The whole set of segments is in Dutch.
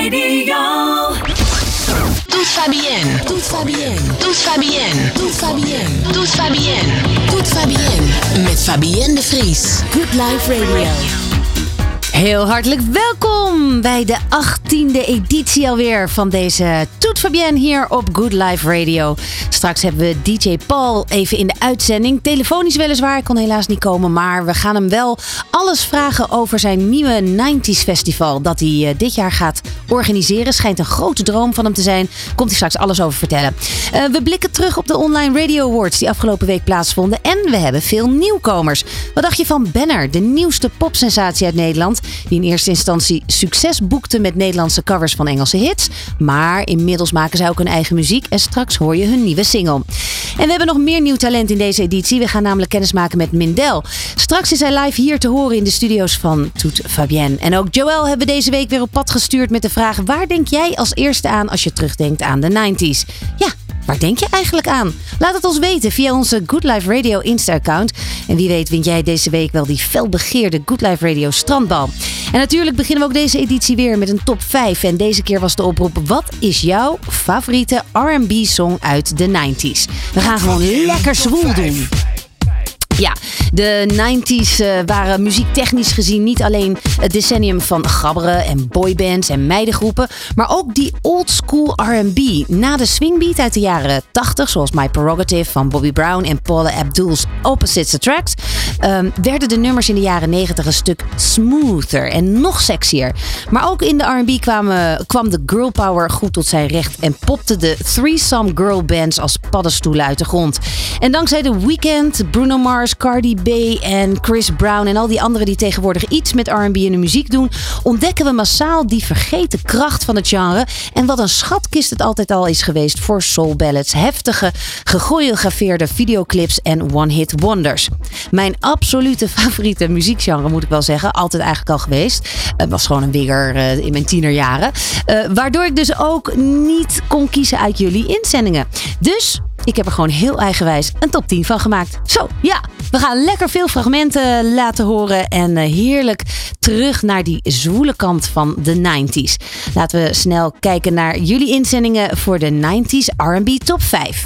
Radio. Tout va bien, tout va bien, tout va bien, tout va bien, tout va bien, tout va bien. Met Fabienne de Vries. Good Life Radio. Heel hartelijk welkom bij de 18e editie alweer van deze Toet Fabienne hier op Good Life Radio. Straks hebben we DJ Paul even in de uitzending. Telefonisch weliswaar, ik kon helaas niet komen, maar we gaan hem wel alles vragen over zijn nieuwe 90s festival dat hij dit jaar gaat organiseren. Schijnt een grote droom van hem te zijn. Komt hij straks alles over vertellen. We blikken terug op de Online Radio Awards die afgelopen week plaatsvonden. En we hebben veel nieuwkomers. Wat dacht je van Banner, de nieuwste popsensatie uit Nederland? Die in eerste instantie succes boekte met Nederlandse covers van Engelse hits. Maar inmiddels maken zij ook hun eigen muziek. En straks hoor je hun nieuwe single. En we hebben nog meer nieuw talent in deze editie. We gaan namelijk kennismaken met Mindel. Straks is hij live hier te horen in de studio's van Toet Fabienne. En ook Joël hebben we deze week weer op pad gestuurd met de vraag: waar denk jij als eerste aan als je terugdenkt aan de 90s? Ja, waar denk je eigenlijk aan? Laat het ons weten via onze Good Life Radio Insta-account. En wie weet wint jij deze week wel die felbegeerde Good Life Radio strandbal. En natuurlijk beginnen we ook deze editie weer met een top 5. En deze keer was de oproep: wat is jouw favoriete R&B-song uit de 90s? We gaan gewoon lekker zwoel doen. Ja, de 90s waren muziektechnisch gezien niet alleen het decennium van gabberen en boybands en meidengroepen, maar ook die oldschool R&B. Na de swingbeat uit de jaren 80, zoals My Prerogative van Bobby Brown en Paula Abdul's Opposites Attract, werden de nummers in de jaren 90 een stuk smoother en nog sexier. Maar ook in de R&B kwam de girl power goed tot zijn recht en popte de threesome girl bands als paddenstoelen uit de grond. En dankzij The Weeknd, Bruno Mars, Cardi B en Chris Brown en al die anderen die tegenwoordig iets met R&B in de muziek doen, ontdekken we massaal die vergeten kracht van het genre. En wat een schatkist het altijd al is geweest voor soul ballads, heftige, gechoreografeerde videoclips en one-hit wonders. Mijn absolute favoriete muziekgenre, moet ik wel zeggen, altijd eigenlijk al geweest. Het was gewoon een wigger in mijn tienerjaren. Waardoor ik dus ook niet kon kiezen uit jullie inzendingen. Dus ik heb er gewoon heel eigenwijs een top 10 van gemaakt. Zo, ja, we gaan lekker veel fragmenten laten horen en heerlijk terug naar die zwoele kant van de 90s. Laten we snel kijken naar jullie inzendingen voor de 90s R&B top 5.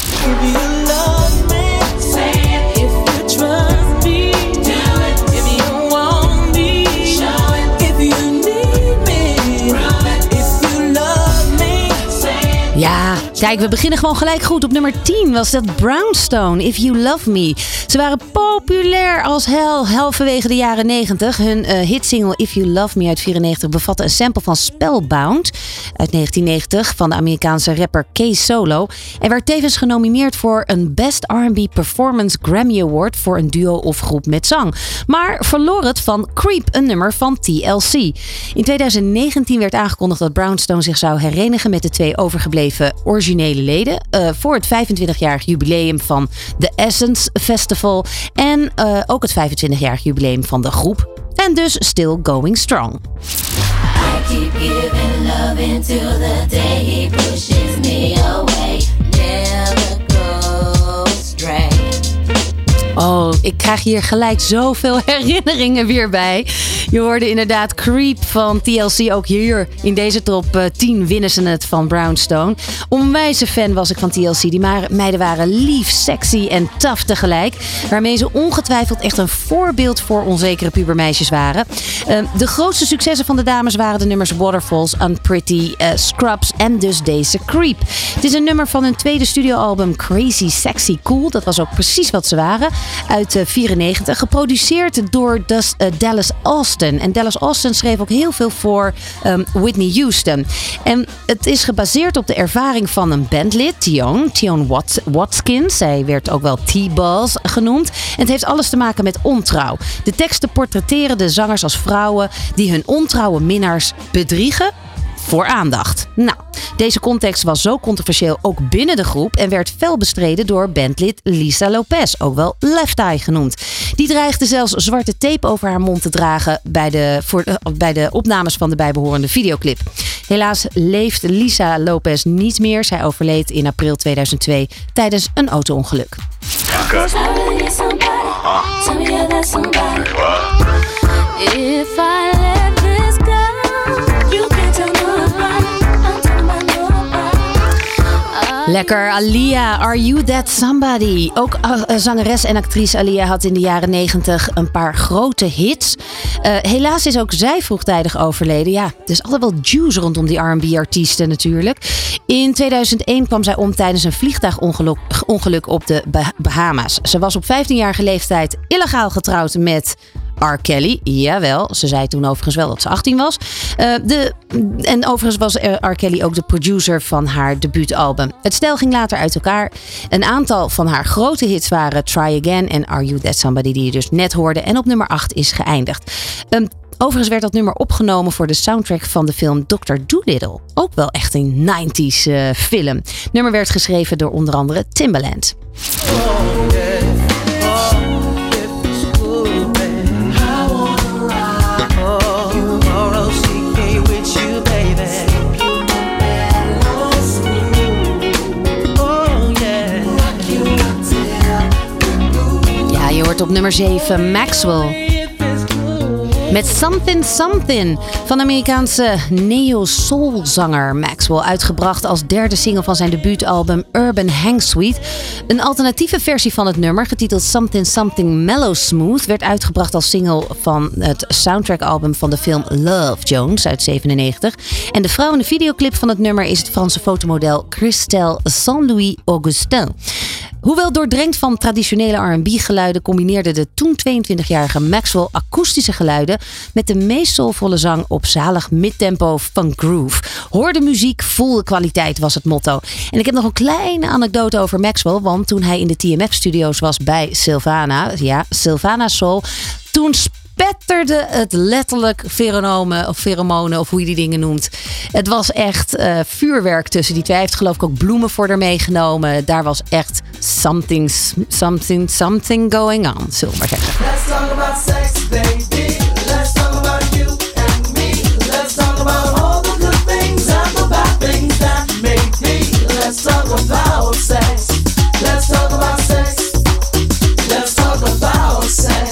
Ja, kijk, we beginnen gewoon gelijk goed. Op nummer 10 was dat Brownstone, If You Love Me. Ze waren populair als hel halverwege de jaren 90. Hun hitsingle If You Love Me uit 94 bevatte een sample van Spellbound uit 1990 van de Amerikaanse rapper K-Solo. En werd tevens genomineerd voor een Best R&B Performance Grammy Award voor een duo of groep met zang. Maar verloor het van Creep, een nummer van TLC. In 2019 werd aangekondigd dat Brownstone zich zou herenigen met de twee overgebleven originele leden voor het 25-jarig jubileum van The Essence Festival en ook het 25-jarig jubileum van de groep. En dus still going strong. I keep giving love until the day he pushes me away. Never go straight. Oh, ik krijg hier gelijk zoveel herinneringen weer bij. Je hoorde inderdaad Creep van TLC. Ook hier in deze top 10 winnen ze het van Brownstone. Onwijze fan was ik van TLC. Die meiden waren lief, sexy en tough tegelijk. Waarmee ze ongetwijfeld echt een voorbeeld voor onzekere pubermeisjes waren. De grootste successen van de dames waren de nummers Waterfalls, Unpretty, Scrubs en dus deze Creep. Het is een nummer van hun tweede studioalbum Crazy Sexy Cool. Dat was ook precies wat ze waren. Uit 94, geproduceerd door Dallas Austin. En Dallas Austin schreef ook heel veel voor Whitney Houston. En het is gebaseerd op de ervaring van een bandlid, Tion Watkins. Zij werd ook wel T-Balls genoemd. En het heeft alles te maken met ontrouw. De teksten portretteren de zangers als vrouwen die hun ontrouwe minnaars bedriegen voor aandacht. Nou, deze context was zo controversieel ook binnen de groep en werd fel bestreden door bandlid Lisa Lopez, ook wel Left Eye genoemd. Die dreigde zelfs zwarte tape over haar mond te dragen bij de opnames van de bijbehorende videoclip. Helaas leeft Lisa Lopez niet meer. Zij overleed in april 2002 tijdens een auto-ongeluk. If I let this go, you can tell me Lekker, Aaliyah, Are You That Somebody? Ook zangeres en actrice Aaliyah had in de jaren 90 een paar grote hits. Helaas is ook zij vroegtijdig overleden. Ja, er is altijd wel juice rondom die R&B-artiesten natuurlijk. In 2001 kwam zij om tijdens een vliegtuigongeluk op de Bahama's. Ze was op 15-jarige leeftijd illegaal getrouwd met R. Kelly. Jawel, ze zei toen overigens wel dat ze 18 was. En overigens was R. Kelly ook de producer van haar debuutalbum. Het stel ging later uit elkaar. Een aantal van haar grote hits waren Try Again en Are You That Somebody, die je dus net hoorde. En op nummer 8 is geëindigd. Overigens werd dat nummer opgenomen voor de soundtrack van de film Dr. Dolittle. Ook wel echt een 90s film. Het nummer werd geschreven door onder andere Timbaland. Je hoort op nummer 7 Maxwell met Something Something van Amerikaanse neo-soul-zanger Maxwell, uitgebracht als derde single van zijn debuutalbum Urban Hang Suite. Een alternatieve versie van het nummer, getiteld Something Something Mellow Smooth, werd uitgebracht als single van het soundtrackalbum van de film Love Jones uit 97. En de vrouw in de videoclip van het nummer is het Franse fotomodel Christelle Saint-Louis Augustin. Hoewel doordrenkt van traditionele R&B-geluiden combineerde de toen 22-jarige Maxwell akoestische geluiden met de meest soulvolle zang op zalig midtempo funk groove. Hoor de muziek, voel de kwaliteit was het motto. En ik heb nog een kleine anekdote over Maxwell, want toen hij in de TMF-studio's was bij Sylvana, ja, Sylvana Soul, toen spetterde het letterlijk pheromonen of hoe je die dingen noemt. Het was echt vuurwerk tussen die twee. Hij heeft geloof ik ook bloemen voor haar meegenomen. Daar was echt something going on, zullen we maar zeggen. Let's talk about sex, baby. Let's talk about you and me. Let's talk about all the good things and the bad things that make me. Let's talk about sex. Let's talk about sex. Let's talk about sex.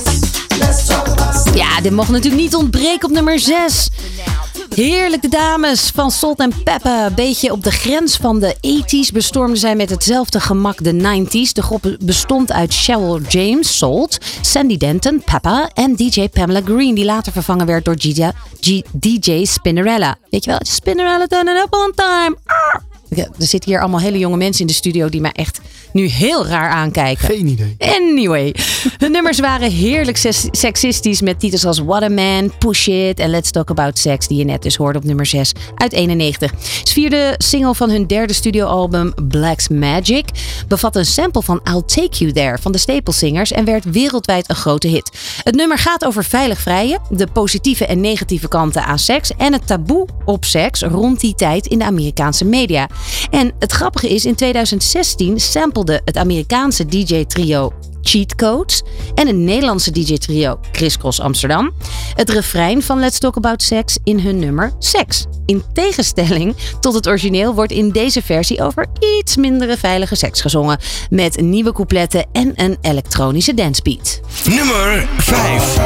Ja, dit mocht natuurlijk niet ontbreken op nummer 6. Heerlijk, de dames van Salt and Pepper. Beetje op de grens van de 80s bestormden zij met hetzelfde gemak de 90s. De groep bestond uit Cheryl James, Salt, Sandy Denton, Pepper en DJ Pamela Green, die later vervangen werd door DJ Spinnerella. Weet je wel, Spinnerella turn it up on time. Er zitten hier allemaal hele jonge mensen in de studio die mij echt nu heel raar aankijken. Geen idee. Anyway, hun nummers waren heerlijk seksistisch met titels als What a Man, Push It en Let's Talk About Sex, die je net dus hoorde op nummer 6 uit 91. Het vierde single van hun derde studioalbum Black's Magic bevat een sample van I'll Take You There van de Staple Singers en werd wereldwijd een grote hit. Het nummer gaat over veilig vrijen, de positieve en negatieve kanten aan seks en het taboe op seks rond die tijd in de Amerikaanse media. En het grappige is, in 2016 sampelde het Amerikaanse DJ-trio Cheat Codes en het Nederlandse DJ-trio Criss Cross Amsterdam het refrein van Let's Talk About Sex in hun nummer Sex. In tegenstelling tot het origineel wordt in deze versie over iets mindere veilige seks gezongen, met nieuwe coupletten en een elektronische dancebeat. Nummer 5.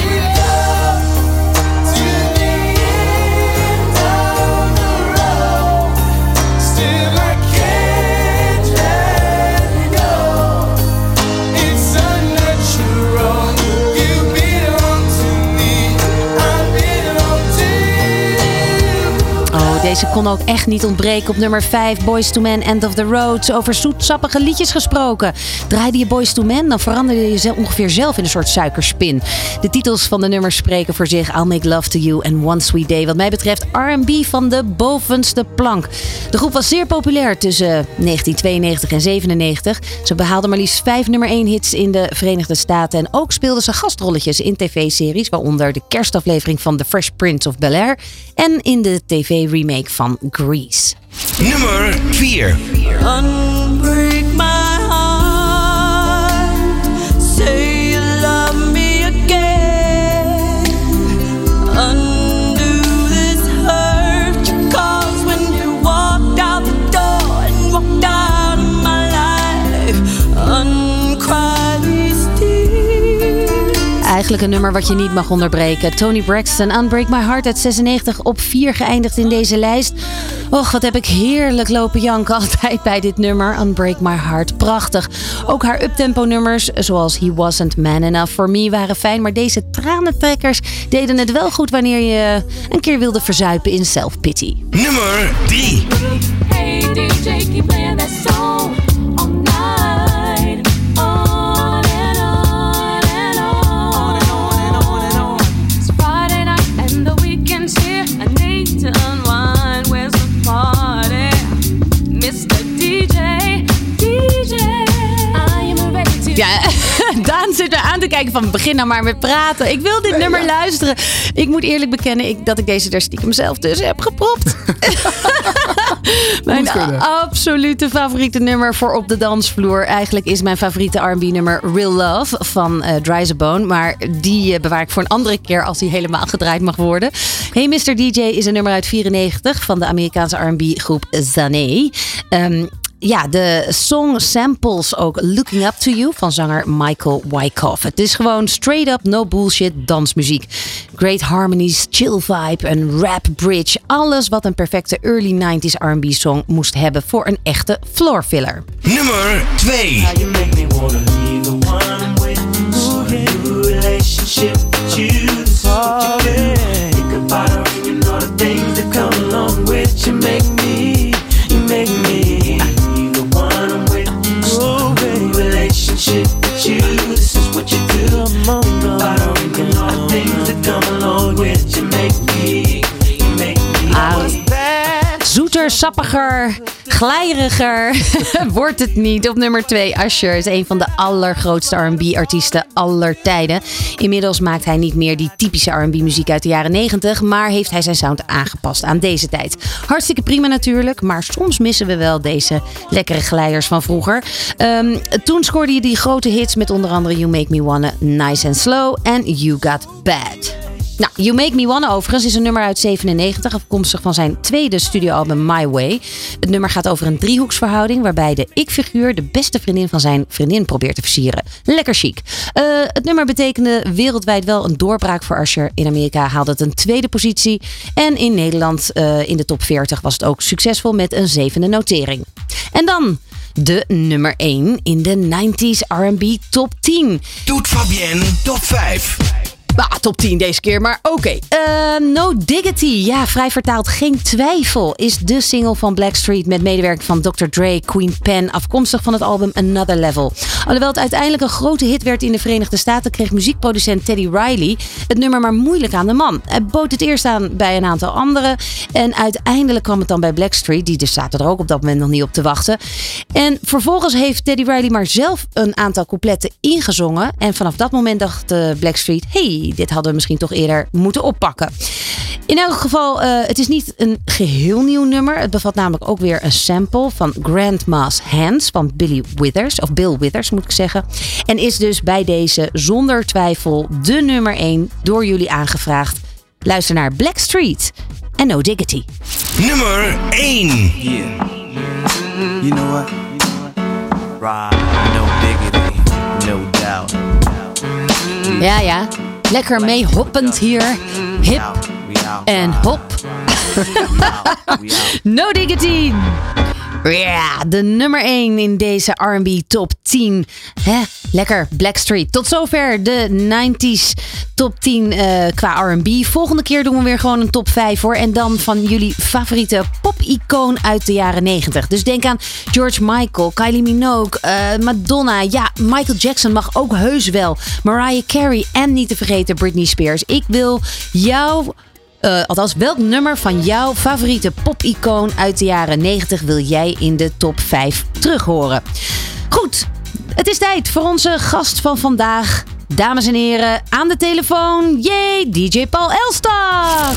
Deze kon ook echt niet ontbreken op nummer 5. Boyz II Men, End of the Road. Over zoetsappige liedjes gesproken. Draaide je Boyz II Men, dan veranderde je ongeveer zelf in een soort suikerspin. De titels van de nummers spreken voor zich. I'll Make Love to You en One Sweet Day. Wat mij betreft R&B van de bovenste plank. De groep was zeer populair tussen 1992 en 97. Ze behaalden maar liefst 5 nummer 1 hits in de Verenigde Staten. En ook speelden ze gastrolletjes in tv-series, waaronder de kerstaflevering van The Fresh Prince of Bel-Air en in de tv-remake van Grease. Nummer 4. Unbreak my heart. Say you love me again. Undo this hurt you caused when you walked out the door and walked out of my life. Uncry these tears. eigenlijk een nummer wat je niet mag onderbreken. Toni Braxton, Unbreak My Heart uit 96 op 4 geëindigd in deze lijst. Och, wat heb ik heerlijk lopen janken altijd bij dit nummer. Unbreak My Heart, prachtig. Ook haar uptempo nummers, zoals He Wasn't Man Enough For Me, waren fijn. Maar deze tranentrekkers deden het wel goed wanneer je een keer wilde verzuipen in self-pity. Nummer 3. Hey DJ, keep playing that song all night, on and on and on and on and on and on. It's Friday night and the weekend's here. I need to unwind. Where's the party, Mr. DJ? I am ready to. Ja, Daan zit er aan te kijken van begin nou maar met praten. Ik wil dit nummer luisteren. Ik moet eerlijk bekennen dat ik deze daar stiekem zelf tussen heb gepropt. Mijn absolute favoriete nummer voor op de dansvloer. Eigenlijk is mijn favoriete R&B nummer Real Love van Dry as a Bone. Maar die bewaar ik voor een andere keer als die helemaal gedraaid mag worden. Hey Mr. DJ is een nummer uit 94 van de Amerikaanse R&B groep Zane. Ja, de song samples ook Looking Up To You van zanger Michael Wyckoff. Het is gewoon straight up no bullshit dansmuziek. Great harmonies, chill vibe, een rap bridge. Alles wat een perfecte early 90s R&B song moest hebben voor een echte floor filler. Nummer 2. How you make me wanna be the one I'm with. Start a new relationship with you. This is what you do. Think about her and all the things that come along with you. Make me the one I'm with. Start a new relationship with you. This is what you do. Think about her and all the things that come along with you. Make me. Zoeter, sappiger, glijeriger wordt het niet. Op nummer 2, Usher is een van de allergrootste R&B-artiesten aller tijden. Inmiddels maakt hij niet meer die typische R&B-muziek uit de jaren 90... maar heeft hij zijn sound aangepast aan deze tijd. Hartstikke prima natuurlijk, maar soms missen we wel deze lekkere glijers van vroeger. Toen scoorde hij die grote hits met onder andere You Make Me Wanna, Nice and Slow en You Got Bad. Nou, You Make Me Wanna overigens is een nummer uit 97, afkomstig van zijn tweede studioalbum My Way. Het nummer gaat over een driehoeksverhouding waarbij de ik-figuur de beste vriendin van zijn vriendin probeert te versieren. Lekker chic. Het nummer betekende wereldwijd wel een doorbraak voor Usher. In Amerika haalde het een tweede positie en in Nederland in de top 40 was het ook succesvol met een 7e notering. En dan de nummer 1 in de 90s R&B top 10. Toet Fabienne top 5. Top 10 deze keer, maar oké. No Diggity, ja, vrij vertaald geen twijfel, is de single van Blackstreet met medewerking van Dr. Dre, Queen Pen, afkomstig van het album Another Level. Alhoewel het uiteindelijk een grote hit werd in de Verenigde Staten, kreeg muziekproducent Teddy Riley het nummer maar moeilijk aan de man. Hij bood het eerst aan bij een aantal anderen en uiteindelijk kwam het dan bij Blackstreet, die zaten er ook op dat moment nog niet op te wachten. En vervolgens heeft Teddy Riley maar zelf een aantal coupletten ingezongen en vanaf dat moment dacht Blackstreet, hey, dit hadden we misschien toch eerder moeten oppakken. In elk geval, het is niet een geheel nieuw nummer. Het bevat namelijk ook weer een sample van Grandma's Hands van Bill Withers moet ik zeggen. En is dus bij deze zonder twijfel de nummer 1 door jullie aangevraagd. Luister naar Blackstreet en No Diggity. Nummer 1. Yeah. You know what? Right. No diggity. No doubt. Ja. Lekker mee hoppend hier. Hip en hop. No Diggity. Ja, de nummer 1 in deze R&B top 10. Lekker, Blackstreet. Tot zover de 90s top 10 qua R&B. Volgende keer doen we weer gewoon een top 5 hoor. En dan van jullie favoriete pop-icoon uit de jaren 90. Dus denk aan George Michael, Kylie Minogue, Madonna. Ja, Michael Jackson mag ook heus wel. Mariah Carey en niet te vergeten Britney Spears. Ik wil jou... althans, welk nummer van jouw favoriete pop-icoon uit de jaren 90 wil jij in de top 5 terug horen? Goed, het is tijd voor onze gast van vandaag. Dames en heren, aan de telefoon, jee, DJ Paul Elstak!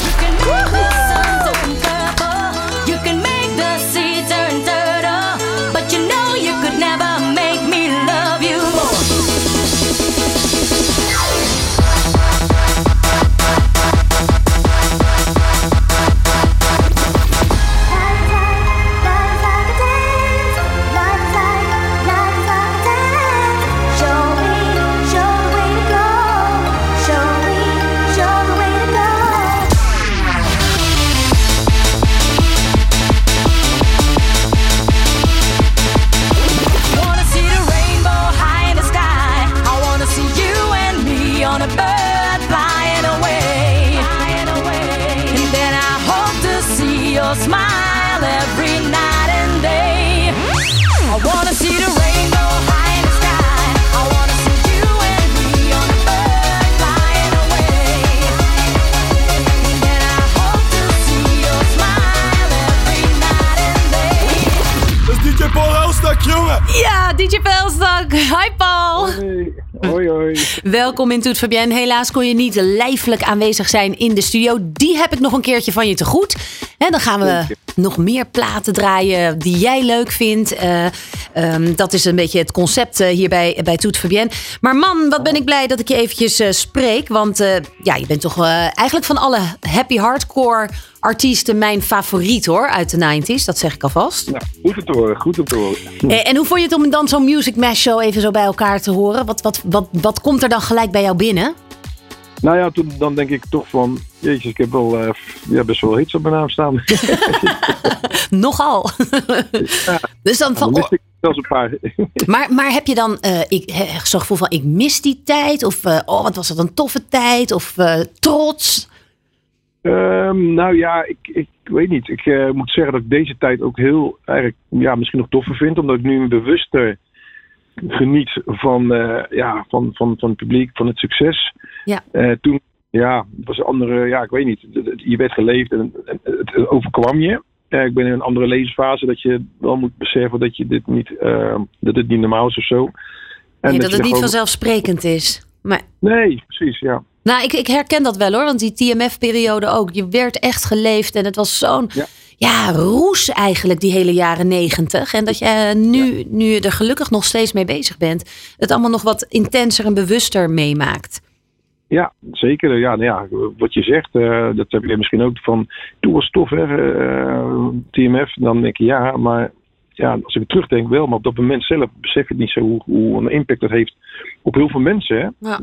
your smile every night and day. I wanna see the rainbow high in the sky. I wanna see you and me on a bird flying away. And I hope to see your smile every night and day. Dat is DJ Paul Elstak, jongen! Ja, DJ Pelstak. Hi Paul. Hoi, hoi. Welkom in Toet Fabienne. Helaas kon je niet lijfelijk aanwezig zijn in de studio. Die heb ik nog een keertje van je te goed. En dan gaan we nog meer platen draaien die jij leuk vindt. Dat is een beetje het concept hier bij Toet Fabienne. Maar man, wat ben ik blij dat ik je eventjes spreek. Want je bent toch eigenlijk van alle happy hardcore artiesten mijn favoriet hoor. Uit de 90s, dat zeg ik alvast. Nou, goed om te horen, goed om te horen. En hoe vond je het om dan zo'n Music Mash Show even zo bij elkaar te horen? Wat komt er dan gelijk bij jou binnen? Nou ja, dan denk ik toch van... Jezus, ik heb wel best wel hits op mijn naam staan. Nogal. Ja, Dus dan dan miste ik zelfs een paar. Maar heb je dan zo'n gevoel van ik mis die tijd? Of wat was dat een toffe tijd? Of trots? Nou ja, ik weet niet. Ik moet zeggen dat ik deze tijd ook misschien nog toffer vind. Omdat ik nu bewuster geniet van het publiek, van het succes. Ja. Toen was een andere, ik weet niet. Je werd geleefd en het overkwam je. Ik ben in een andere levensfase dat je wel moet beseffen dat je dit niet, dat het niet normaal is of zo. En Nee, dat het niet gewoon... vanzelfsprekend is. Maar... Nee, precies, ja. Nou, ik herken dat wel hoor, want die TMF-periode ook. Je werd echt geleefd en het was zo'n roes eigenlijk die hele jaren 90. En dat je nu je er gelukkig nog steeds mee bezig bent, het allemaal nog wat intenser en bewuster meemaakt. Ja, zeker. Ja, wat je zegt, dat heb je misschien ook van... Toen was het tof, hè, TMF. Dan denk je maar... Ja, als ik terugdenk wel, maar op dat moment zelf besef je het niet zo hoe een impact dat heeft op heel veel mensen. Hè? Ja.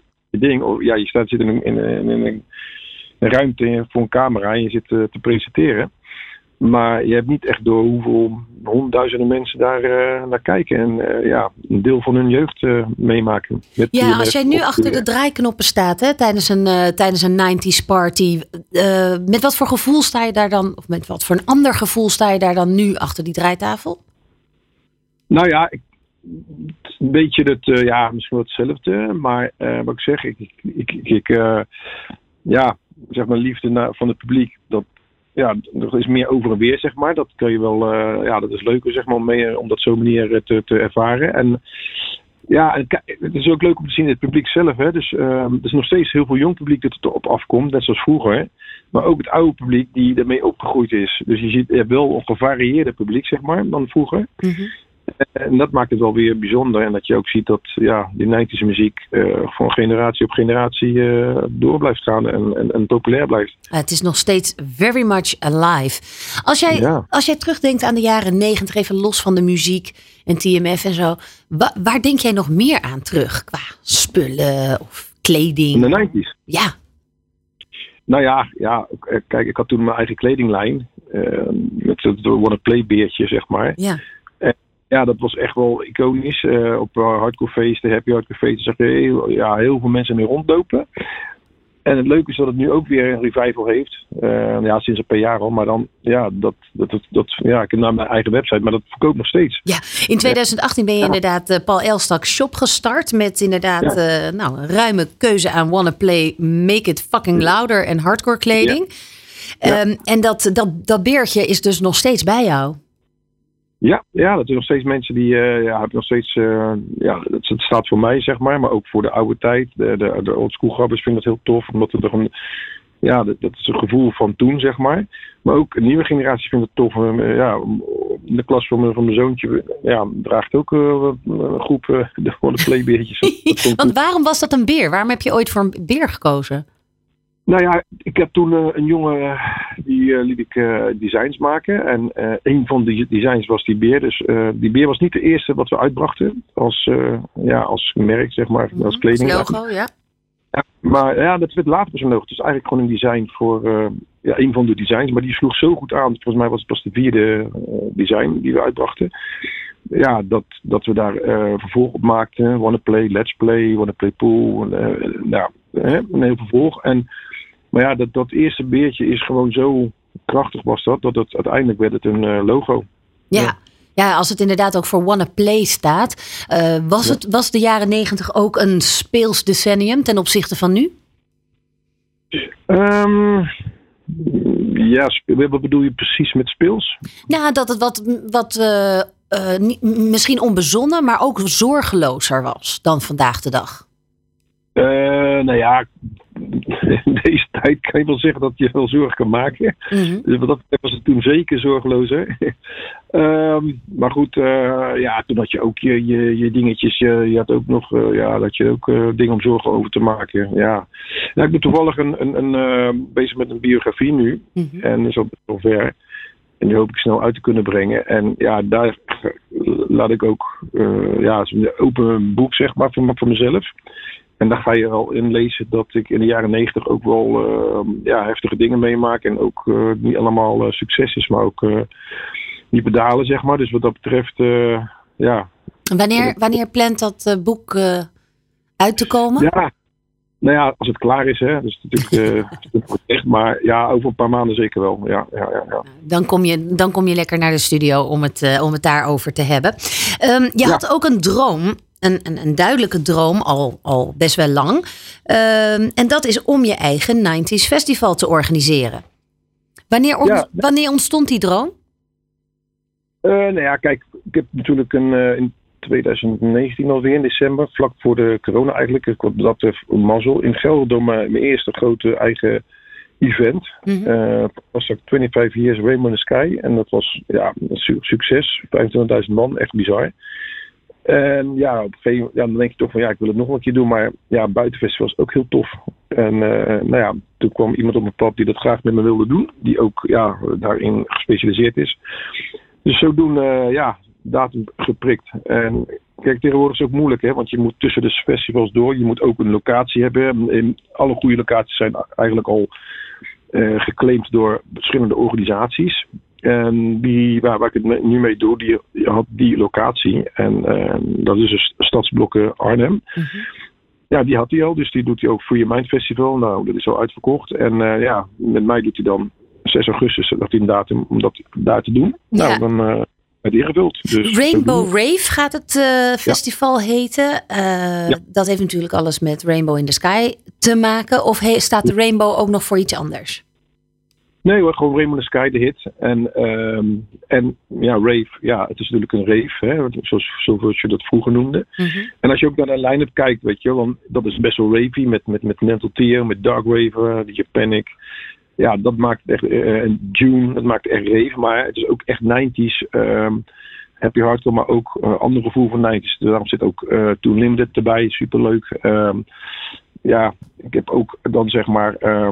Je zit in een ruimte voor een camera en je zit te presenteren. Maar je hebt niet echt door hoeveel honderdduizenden mensen daar naar kijken. En een deel van hun jeugd meemaken. Als jij nu achter de draaiknoppen staat hè, tijdens een 90s party. Met wat voor gevoel sta je daar dan? Of met wat voor een ander gevoel sta je daar dan nu achter die draaitafel? Nou ja, een beetje misschien wel hetzelfde. Maar wat ik zeg, zeg maar liefde van het publiek. Er is meer over en weer, zeg maar. Dat kun je wel, dat is leuker, zeg maar, om dat zo'n manier te ervaren. En het is ook leuk om te zien het publiek zelf. Hè. Dus er is nog steeds heel veel jong publiek dat erop afkomt, net zoals vroeger. Maar ook het oude publiek die ermee opgegroeid is. Dus je hebt wel een gevarieerde publiek, zeg maar, dan vroeger. Mm-hmm. En dat maakt het wel weer bijzonder. En dat je ook ziet dat die 90's muziek van generatie op generatie door blijft gaan en populair blijft. Het is nog steeds very much alive. Als jij terugdenkt aan de jaren 90, even los van de muziek en TMF en zo. Waar denk jij nog meer aan terug? Qua spullen of kleding? In de 90's? Ja. Nou ja, kijk, ik had toen mijn eigen kledinglijn. Met het Wanna Play beertje, zeg maar. Ja. Ja, dat was echt wel iconisch. Op hardcore feesten, happy hardcore feesten, zag je heel veel mensen mee rondlopen. En het leuke is dat het nu ook weer een revival heeft. Sinds een paar jaar al. Maar dan, ik heb naar mijn eigen website, maar dat verkoopt nog steeds. Ja, in 2018 ben je inderdaad Paul Elstak Shop gestart. Met inderdaad een ruime keuze aan Wanna Play, Make It Fucking Louder en hardcore kleding. Ja. En dat beertje is dus nog steeds bij jou. Ja, dat zijn nog steeds mensen die hebben nog steeds, het staat voor mij, zeg maar ook voor de oude tijd. De oldschool grabbers vinden dat heel tof, omdat het toch dat is een gevoel van toen, zeg maar. Maar ook een nieuwe generatie vindt het tof. In de klas van mijn zoontje draagt ook een groep de playbeertjes. Want waarom was dat een beer? Waarom heb je ooit voor een beer gekozen? Nou ja, ik heb toen een jongen, die liet ik designs maken. En een van die designs was die beer. Dus die beer was niet de eerste wat we uitbrachten. Als merk, zeg maar, als kleding. Als logo, ja. Maar dat werd later pas een logo. Het is eigenlijk gewoon een design voor een van de designs. Maar die sloeg zo goed aan. Volgens mij was het pas de vierde design die we uitbrachten. Ja, dat we daar vervolg op maakten. Wanna Play, Let's Play, Wanna Play Pool. Een heel vervolg. Maar dat eerste beertje is gewoon zo krachtig was dat het uiteindelijk werd het een logo. Ja, als het inderdaad ook voor Wanna Play staat. Was de jaren 90 ook een speels decennium ten opzichte van nu? Wat bedoel je precies met speels? Nou, dat het misschien onbezonnen, maar ook zorgelozer was dan vandaag de dag. In deze tijd kan je wel zeggen dat je wel zorg kan maken. Mm-hmm. Dus wat dat betreft was het toen zeker zorgelozer. Maar goed, toen had je ook je dingetjes. Je had ook nog dat je ook dingen om zorgen over te maken. Ja. Nou, ik ben toevallig bezig met een biografie nu. Mm-hmm. En dat is al best wel ver. En die hoop ik snel uit te kunnen brengen. En ja, daar laat ik ook een open boek, zeg maar, voor mezelf. En daar ga je al in lezen dat ik in de jaren 90 ook wel heftige dingen meemaak. En ook niet allemaal succes is, maar ook niet bedalen, zeg maar. Dus wat dat betreft, Wanneer plant dat boek uit te komen? Ja, nou ja, als het klaar is, hè. Dus natuurlijk echt, maar ja, over een paar maanden zeker wel. Ja. Dan kom je lekker naar de studio om het daarover te hebben. Je had ook een droom. Een duidelijke droom, al best wel lang. En dat is om je eigen 90s festival te organiseren. Wanneer ontstond die droom? Kijk, ik heb natuurlijk in 2019 alweer in december, vlak voor de corona eigenlijk, ik had dat mazzel in Gelderdoom mijn eerste grote eigen event. Mm-hmm. Was ook 25 Years Rainbow in the Sky. En dat was een succes. 25.000 man, echt bizar. En op een gegeven moment dan denk je toch van ik wil het nog een keer doen. Maar buitenfestival was ook heel tof. En toen kwam iemand op mijn pad die dat graag met me wilde doen. Die ook daarin gespecialiseerd is. Dus zodoende datum geprikt. En kijk, tegenwoordig is het ook moeilijk, hè, want je moet tussen de festivals door. Je moet ook een locatie hebben. En alle goede locaties zijn eigenlijk al geclaimd door verschillende organisaties. En waar ik het nu mee doe, die had die locatie. En dat is dus Stadsblokken Arnhem. Mm-hmm. Ja, die had hij al. Dus die doet hij ook Free Your Mind Festival. Nou, dat is al uitverkocht. En met mij doet hij dan 6 augustus dat hij een datum om dat daar te doen. Ja. Nou, dan het ingevuld. Dus Rainbow Rave gaat het festival heten. Dat heeft natuurlijk alles met Rainbow in the Sky te maken. Of staat de Rainbow ook nog voor iets anders? Nee hoor, gewoon Rainbow in the Sky, de hit. En rave, het is natuurlijk een rave, hè, zoals je dat vroeger noemde. Mm-hmm. En als je ook naar de line-up kijkt, weet je wel, dan dat is best wel ravey met Mental Tear, met Dark Raver, DJ Panic. Ja, dat maakt het echt, en June, dat maakt het echt rave, maar het is ook echt 90s, happy hardcore, maar ook ander gevoel van 90s. Dus daarom zit ook Toon Limited erbij, superleuk. Ik heb ook dan zeg maar...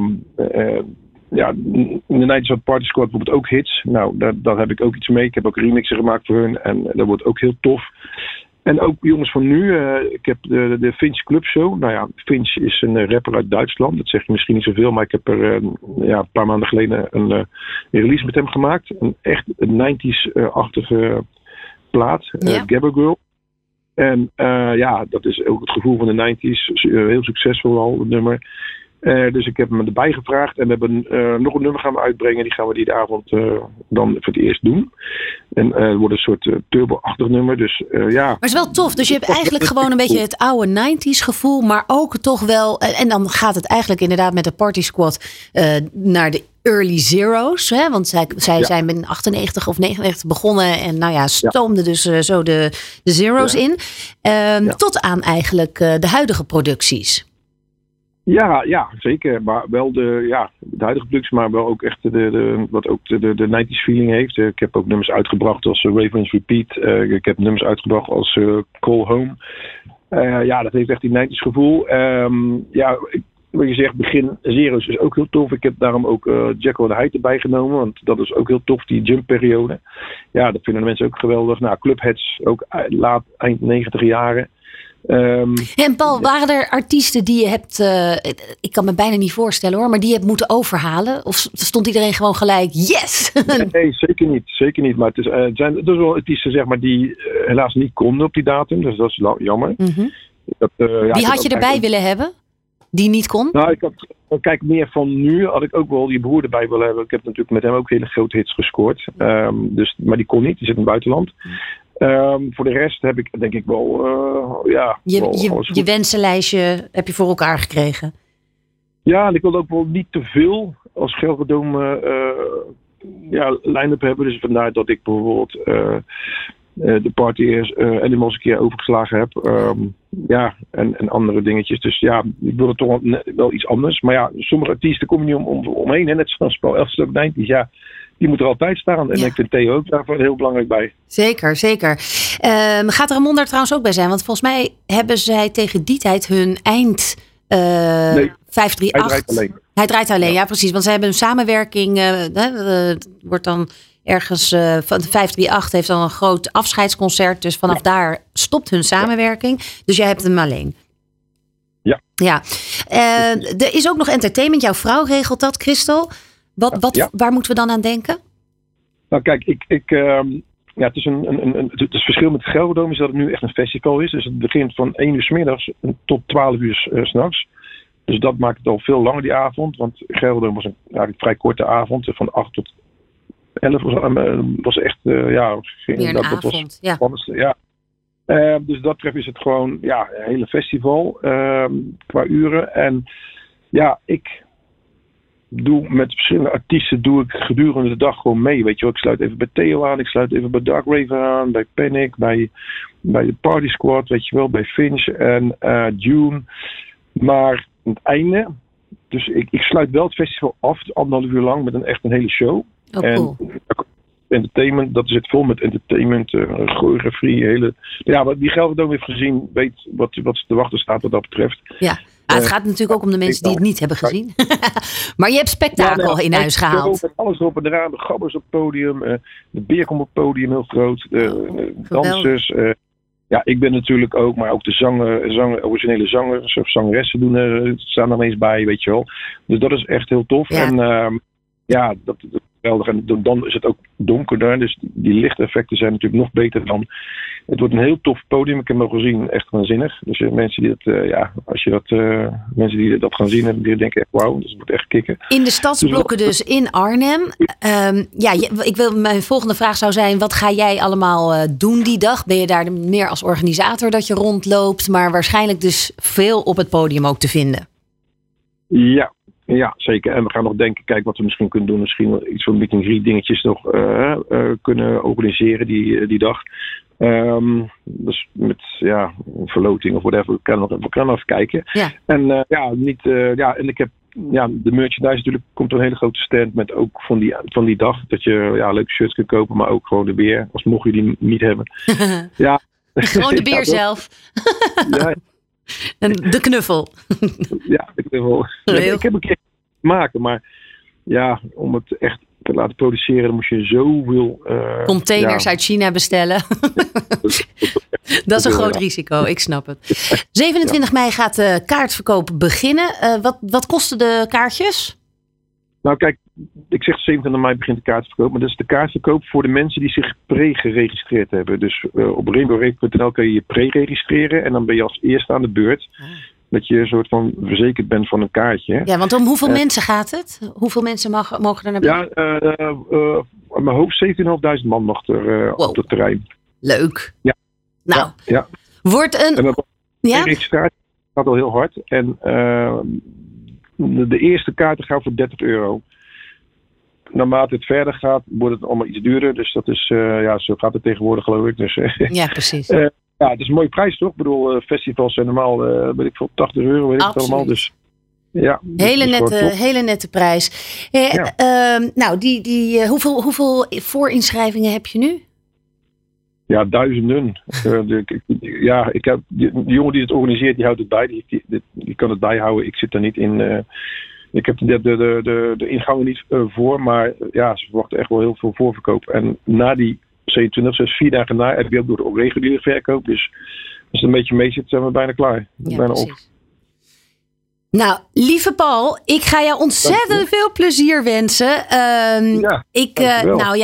in de 90s had Party Squad bijvoorbeeld ook hits. Nou, daar heb ik ook iets mee. Ik heb ook remixen gemaakt voor hun. En dat wordt ook heel tof. En ook jongens van nu. Ik heb de Finch Club Show. Nou ja, Finch is een rapper uit Duitsland. Dat zeg je misschien niet zoveel. Maar ik heb er een paar maanden geleden een release met hem gemaakt. Een echt 90s-achtige plaat. Gabber Girl. En dat is ook het gevoel van de 90s. Heel succesvol al, het nummer. Dus ik heb hem erbij gevraagd. En we hebben nog een nummer gaan we uitbrengen. Die gaan we die avond dan voor het eerst doen. En het wordt een soort turbo-achtig nummer. Dus Maar het is wel tof. Dus je hebt eigenlijk gewoon een beetje het oude 90s gevoel. Maar ook toch wel... En dan gaat het eigenlijk inderdaad met de Party Squad naar de early zeros. Hè? Want zij zijn in 98 of 99 begonnen. En stoomden dus zo de zeros in. Tot aan eigenlijk de huidige producties. Ja, zeker. Maar wel de huidige productie, maar wel ook echt wat ook de 90s feeling heeft. Ik heb ook nummers uitgebracht als Ravens Repeat. Ik heb nummers uitgebracht als Call Home. Dat heeft echt die 90s gevoel. Wat je zegt, begin zero's is ook heel tof. Ik heb daarom ook Jekyll and Hyde erbij genomen, want dat is ook heel tof, die jump-periode. Ja, dat vinden de mensen ook geweldig. Nou, Clubheads ook eind 90 jaren. En Paul, waren er artiesten die je hebt, ik kan me bijna niet voorstellen hoor, maar die je hebt moeten overhalen? Of stond iedereen gewoon gelijk, yes? Nee, zeker niet. Maar het zijn dus wel artiesten zeg maar, die helaas niet konden op die datum, dus dat is jammer. Mm-hmm. Wie had je erbij willen hebben? die niet kon? Nou, kijk, meer van nu had ik ook wel die broer erbij willen hebben. Ik heb natuurlijk met hem ook hele grote hits gescoord. Maar die kon niet, die zit in het buitenland. Voor de rest heb ik denk ik wel, Je wensenlijstje heb je voor elkaar gekregen? Ja, en ik wil ook wel niet te veel als Gelredome line-up hebben. Dus vandaar dat ik bijvoorbeeld de Party Animals een keer overgeslagen heb. En andere dingetjes. Dus ja, ik wil het toch wel iets anders. Maar ja, sommige artiesten kom je niet omheen. Hè? Net zoals Paul Elstak 90's. Ja, die moet er altijd staan. En ik vind Theo ook daarvoor heel belangrijk bij. Zeker, zeker. Gaat Ramon daar trouwens ook bij zijn? Want volgens mij hebben zij tegen die tijd hun eind... Nee, 538. hij draait alleen. Hij draait alleen, ja precies. Want ze hebben een samenwerking. Wordt dan ergens van de 538 heeft dan een groot afscheidsconcert. Dus vanaf daar stopt hun samenwerking. Dus jij hebt hem alleen. Ja. Er is ook nog entertainment. Jouw vrouw regelt dat, Christel. Waar moeten we dan aan denken? Nou kijk, het is het verschil met het Gelredome is dat het nu echt een festival is. Dus het begint van 1 uur 's middags tot 12 uur 's nachts. Dus dat maakt het al veel langer die avond. Want Gelredome was een vrij korte avond. Van 8 tot 11 was echt... Meer een avond, dus dat betreft is het gewoon een hele festival qua uren. En ja, ik doe met verschillende artiesten gedurende de dag gewoon mee. Weet je wel, ik sluit even bij Theo aan, ik sluit even bij Dark Raven aan, bij Panic, bij de Party Squad, weet je wel, bij Finch en Dune. Maar aan het einde, dus ik sluit wel het festival af, 1,5 uur lang, met een hele show. Oh, cool. En entertainment, dat zit vol met entertainment, choreografie, wat die Gelredome heeft gezien, weet wat te wachten staat wat dat betreft. Ja. Het gaat natuurlijk ook om de mensen die het niet hebben gezien. Maar je hebt spektakel in huis gehaald. Met alles erop en eraan. De gabbers op het podium. De beer komt op het podium heel groot. De dansers. Ik ben natuurlijk ook. Maar ook de originele zangers of zangeressen staan er eens bij. Weet je wel. Dus dat is echt heel tof. Ja. En dat is geweldig. En dan is het ook donkerder. Dus die lichteffecten zijn natuurlijk nog beter dan. Het wordt een heel tof podium. Ik heb hem al gezien. Echt waanzinnig. Dus mensen die dat gaan zien, die denken echt wauw. Dus het wordt echt kicken. In de stadsblokken dus in Arnhem. Mijn volgende vraag zou zijn, wat ga jij allemaal doen die dag? Ben je daar meer als organisator dat je rondloopt? Maar waarschijnlijk dus veel op het podium ook te vinden. Ja, zeker. En we gaan nog denken, kijk wat we misschien kunnen doen. Misschien wel iets van meet-and-greet dingetjes nog kunnen organiseren die dag. Dus met verloting of whatever. We kunnen nog even kijken. Ja. En en ik heb de merchandise natuurlijk komt een hele grote stand met ook van die dag. Dat je leuke shirts kunt kopen, maar ook gewoon de beer. Als mocht je die niet hebben. Gewoon de beer zelf. Ja. En de knuffel. Ja, de knuffel. Ik heb een keer maken, maar om het echt te laten produceren, dan moest je zoveel containers uit China bestellen. Dat is een groot risico, ik snap het. 27 mei gaat de kaartverkoop beginnen. Wat kosten de kaartjes? Nou kijk, ik zeg 27 mei begint de kaartverkoop, maar dat is de kaartverkoop voor de mensen die zich pre-geregistreerd hebben. Dus op rainbowrate.nl kun je je pre-registreren en dan ben je als eerste aan de beurt. Dat je een soort van verzekerd bent van een kaartje. Ja, want om hoeveel mensen gaat het? Hoeveel mensen mogen er naar binnen? Aan mijn hoofd 17.500 man mag er op het terrein. Leuk. Ja. Nou, ja. Wordt een... De registratie gaat al heel hard. En de eerste kaarten gaan voor €30. Naarmate het verder gaat, wordt het allemaal iets duurder. Dus dat is, zo gaat het tegenwoordig geloof ik. Dus, ja, precies. Het is een mooie prijs toch? Ik bedoel, festivals zijn normaal, weet ik veel, €80, weet ik het allemaal. Dus ja. Hele nette prijs. Hoeveel voorinschrijvingen heb je nu? Ja, duizenden. Ik heb de jongen die het organiseert, die houdt het bij. Die kan het bijhouden. Ik zit daar niet in. Ik heb de ingangen niet voor, maar ze verwachten echt wel heel veel voorverkoop. En na die 27, dus 4 dagen na, heb je ook door de reguliere verkoop. Dus als het een beetje mee zit, zijn we bijna klaar. Ja, bijna precies. op. Nou, lieve Paul, ik ga jou ontzettend veel plezier wensen.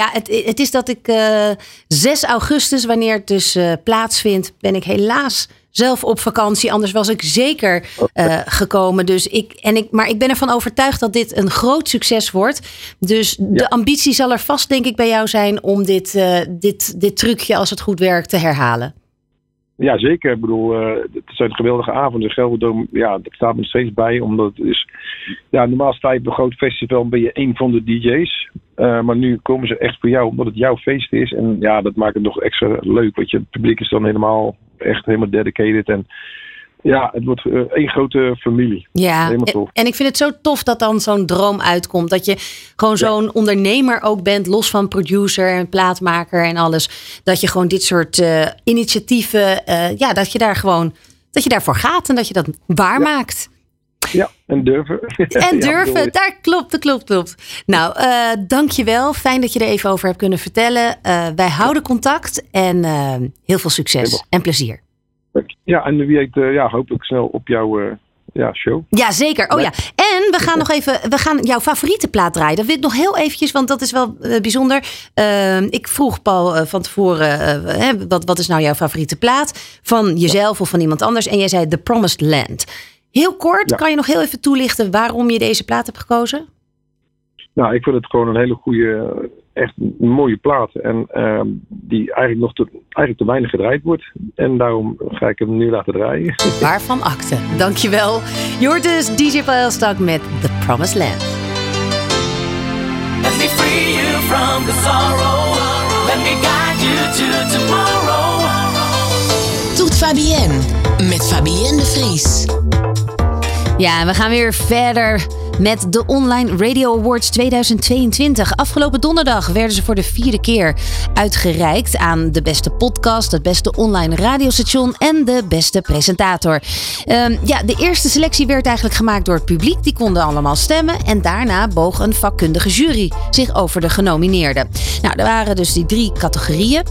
Het is dat ik 6 augustus, wanneer het dus plaatsvindt, ben ik helaas zelf op vakantie. Anders was ik zeker gekomen. Dus maar ik ben ervan overtuigd dat dit een groot succes wordt. Dus de ambitie zal er vast, denk ik, bij jou zijn om dit trucje, als het goed werkt, te herhalen. Ja, zeker. Ik bedoel, het zijn geweldige avonden. Gelderdoom, dat staat me steeds bij. Omdat het is, normaal sta je op een groot festival en ben je een van de DJ's. Maar nu komen ze echt voor jou, omdat het jouw feest is. En dat maakt het nog extra leuk. Want het publiek is dan helemaal dedicated. En het wordt één grote familie. Ja, en ik vind het zo tof dat dan zo'n droom uitkomt. Dat je gewoon zo'n ondernemer ook bent, los van producer en plaatmaker en alles. Dat je gewoon dit soort initiatieven, dat je daarvoor gaat en dat je dat waarmaakt. Ja, en durven. En durven, daar klopt. Nou, dankjewel. Fijn dat je er even over hebt kunnen vertellen. Wij houden contact en heel veel succes en plezier. Ja, en wie weet, hopelijk snel op jouw show. Ja, zeker. Oh ja. En we gaan jouw favoriete plaat draaien. Dat weet ik nog heel eventjes, want dat is wel bijzonder. Ik vroeg Paul van tevoren, wat is nou jouw favoriete plaat? Van jezelf of van iemand anders? En jij zei The Promised Land. Heel kort, kan je nog heel even toelichten waarom je deze plaat hebt gekozen? Nou, ik vind het gewoon een hele goede, echt een mooie plaat. En die eigenlijk te weinig gedraaid wordt. En daarom ga ik hem nu laten draaien. Waarvan akte. Dankjewel. Je hoort dus DJ Paul Elstak met The Promised Land. Let me free you from the sorrow. Let me guide you to tomorrow. Toet Fabienne met Fabienne de Vries. Ja, en we gaan weer verder met de Online Radio Awards 2022. Afgelopen donderdag werden ze voor de 4e keer uitgereikt aan de beste podcast, het beste online radiostation en de beste presentator. De eerste selectie werd eigenlijk gemaakt door het publiek. Die konden allemaal stemmen. En daarna boog een vakkundige jury zich over de genomineerden. Nou, er waren dus die 3 categorieën.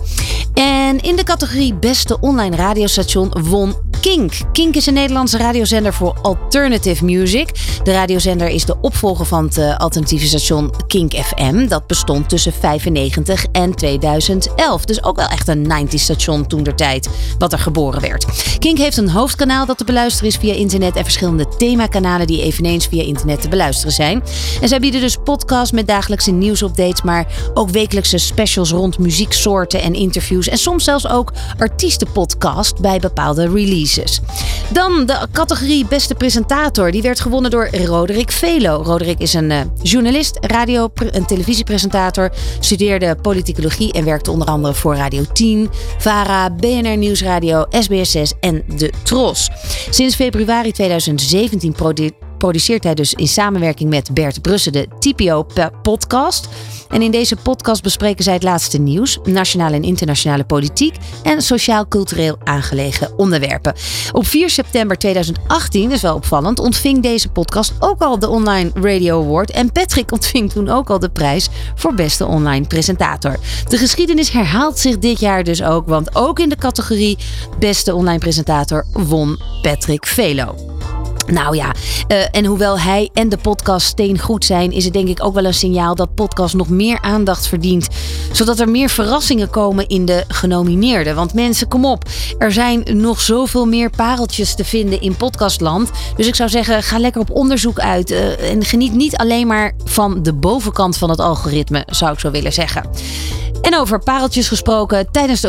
En in de categorie beste online radiostation won Kink. Kink is een Nederlandse radiozender voor alternative music. De radiozender is de opvolger van het alternatieve station Kink FM. Dat bestond tussen 1995 en 2011. Dus ook wel echt een 90s station toentertijd wat er geboren werd. Kink heeft een hoofdkanaal dat te beluisteren is via internet en verschillende themakanalen die eveneens via internet te beluisteren zijn. En zij bieden dus podcasts met dagelijkse nieuwsupdates, maar ook wekelijkse specials rond muzieksoorten en interviews en soms zelfs ook artiestenpodcast bij bepaalde releases. Dan de categorie beste presentator. Die werd gewonnen door Roderick Velo. Roderick is een journalist, radio- en televisiepresentator, studeerde politicologie en werkte onder andere voor Radio 10, VARA, BNR Nieuwsradio, SBS6 en de Tros. Sinds februari 2017 produceert hij dus in samenwerking met Bert Brussen de TPO-podcast. En in deze podcast bespreken zij het laatste nieuws, nationale en internationale politiek en sociaal-cultureel aangelegen onderwerpen. Op 4 september 2018, dat is wel opvallend, ontving deze podcast ook al de Online Radio Award. En Patrick ontving toen ook al de prijs voor beste online presentator. De geschiedenis herhaalt zich dit jaar dus ook, want ook in de categorie beste online presentator won Patrick Velo. Nou ja, en hoewel hij en de podcast steengoed zijn, is het denk ik ook wel een signaal dat podcast nog meer aandacht verdient. Zodat er meer verrassingen komen in de genomineerden. Want mensen, kom op, er zijn nog zoveel meer pareltjes te vinden in podcastland. Dus ik zou zeggen, ga lekker op onderzoek uit. En geniet niet alleen maar van de bovenkant van het algoritme, zou ik zo willen zeggen. En over pareltjes gesproken, tijdens de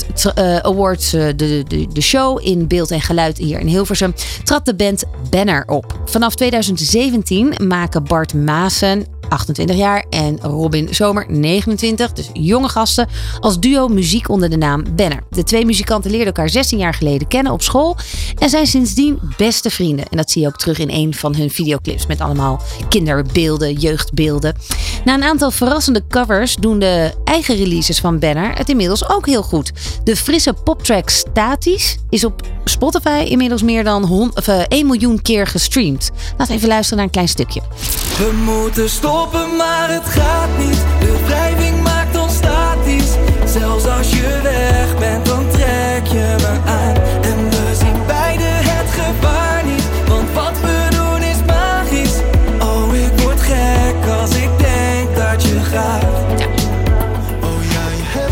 awards, de show in beeld en geluid hier in Hilversum, trad de band Banner op. Vanaf 2017 maken Bart Maassen, 28 jaar, en Robin Zomer, 29, dus jonge gasten, als duo muziek onder de naam Banner. De 2 muzikanten leerden elkaar 16 jaar geleden kennen op school en zijn sindsdien beste vrienden. En dat zie je ook terug in een van hun videoclips met allemaal kinderbeelden, jeugdbeelden. Na een aantal verrassende covers doen de eigen releases van Banner het inmiddels ook heel goed. De frisse poptrack Statisch is op Spotify inmiddels meer dan 1 miljoen keer gestreamd. Laten we even luisteren naar een klein stukje. We moeten stoppen, maar het gaat niet. De wrijving maakt ons statisch. Zelfs als je weg bent, dan trek je me aan. En we zien beide het gevaar niet. Want wat we doen is magisch. Oh, ik word gek als ik denk dat je gaat. Oh ja, je hebt me.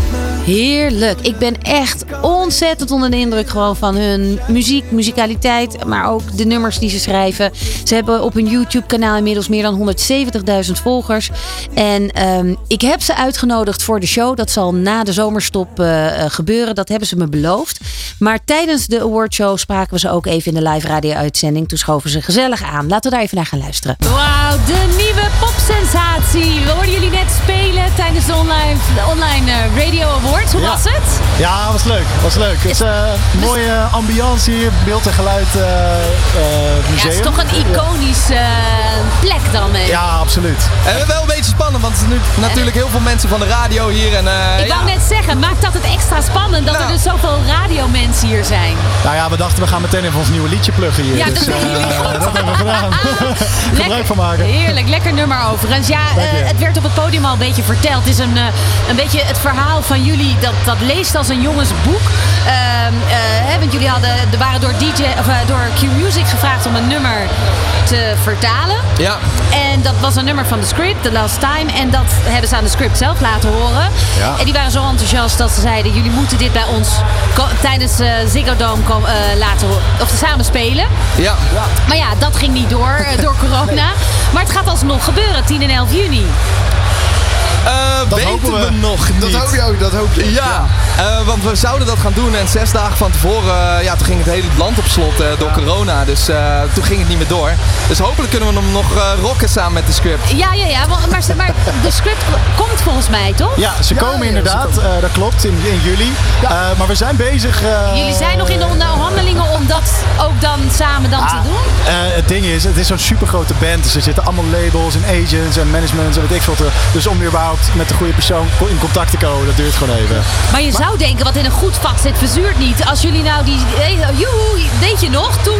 Heerlijk. Ik ben echt ontzettend onder de indruk gewoon van hun muzikaliteit. Maar ook de nummers die ze schrijven. Ze hebben op hun YouTube-kanaal inmiddels meer dan 170.000 volgers. En ik heb ze uitgenodigd voor de show. Dat zal na de zomerstop gebeuren. Dat hebben ze me beloofd. Maar tijdens de awardshow spraken we ze ook even in de live radio-uitzending. Toen schoven ze gezellig aan. Laten we daar even naar gaan luisteren. Wauw, de nieuwe popsensatie. We hoorden jullie net spelen tijdens de online radio awards. Hoe was het? Ja, was leuk. Het is een mooie ambiance hier. Beeld en geluid museum. Ja, het is toch een iconische plek dan. Ja, absoluut. En wel een beetje spannend, want er zijn nu natuurlijk heel veel mensen van de radio hier. En, ik wou net zeggen, maakt dat het extra spannend dat er dus zoveel radiomensen hier zijn? Nou ja, we dachten we gaan meteen even ons nieuwe liedje pluggen hier. Ja, dus, dat hebben we gedaan. Gebruik van maken. Heerlijk, lekker nummer overigens. Ja, het werd op het podium al een beetje verteld. Het is een beetje het verhaal van jullie dat leest als een jongensboek. Want jullie waren door Q-Music gevraagd om een nummer te vertalen. Ja. En dat was een nummer van The Script, The Last Time. En dat hebben ze aan The Script zelf laten horen. Ja. En die waren zo enthousiast dat ze zeiden, jullie moeten dit bij ons tijdens Ziggo Dome samen spelen. Ja. Maar ja, dat ging niet door corona. Nee. Maar het gaat alsnog gebeuren, 10 en 11 juni. Dat weten we nog niet. Dat hoop je. Ja, want we zouden dat gaan doen en 6 dagen van tevoren, toen ging het hele land op slot door corona. Dus toen ging het niet meer door. Dus hopelijk kunnen we hem nog rocken samen met de Script. Ja, maar de Script komt volgens mij, toch? Ja, ze komen inderdaad. Dat klopt, in juli. Ja. Maar we zijn bezig. Jullie zijn nog in de onderhandelingen om dat ook dan samen te doen? Het ding is, het is zo'n supergrote band. Dus er zitten allemaal labels en agents en managements en weet ik veel. Dus om überhaupt met de goede persoon in contact te komen, dat duurt gewoon even. Maar je zou denken, wat in een goed vat zit, verzuurt niet. Als jullie nou weet je nog, toen.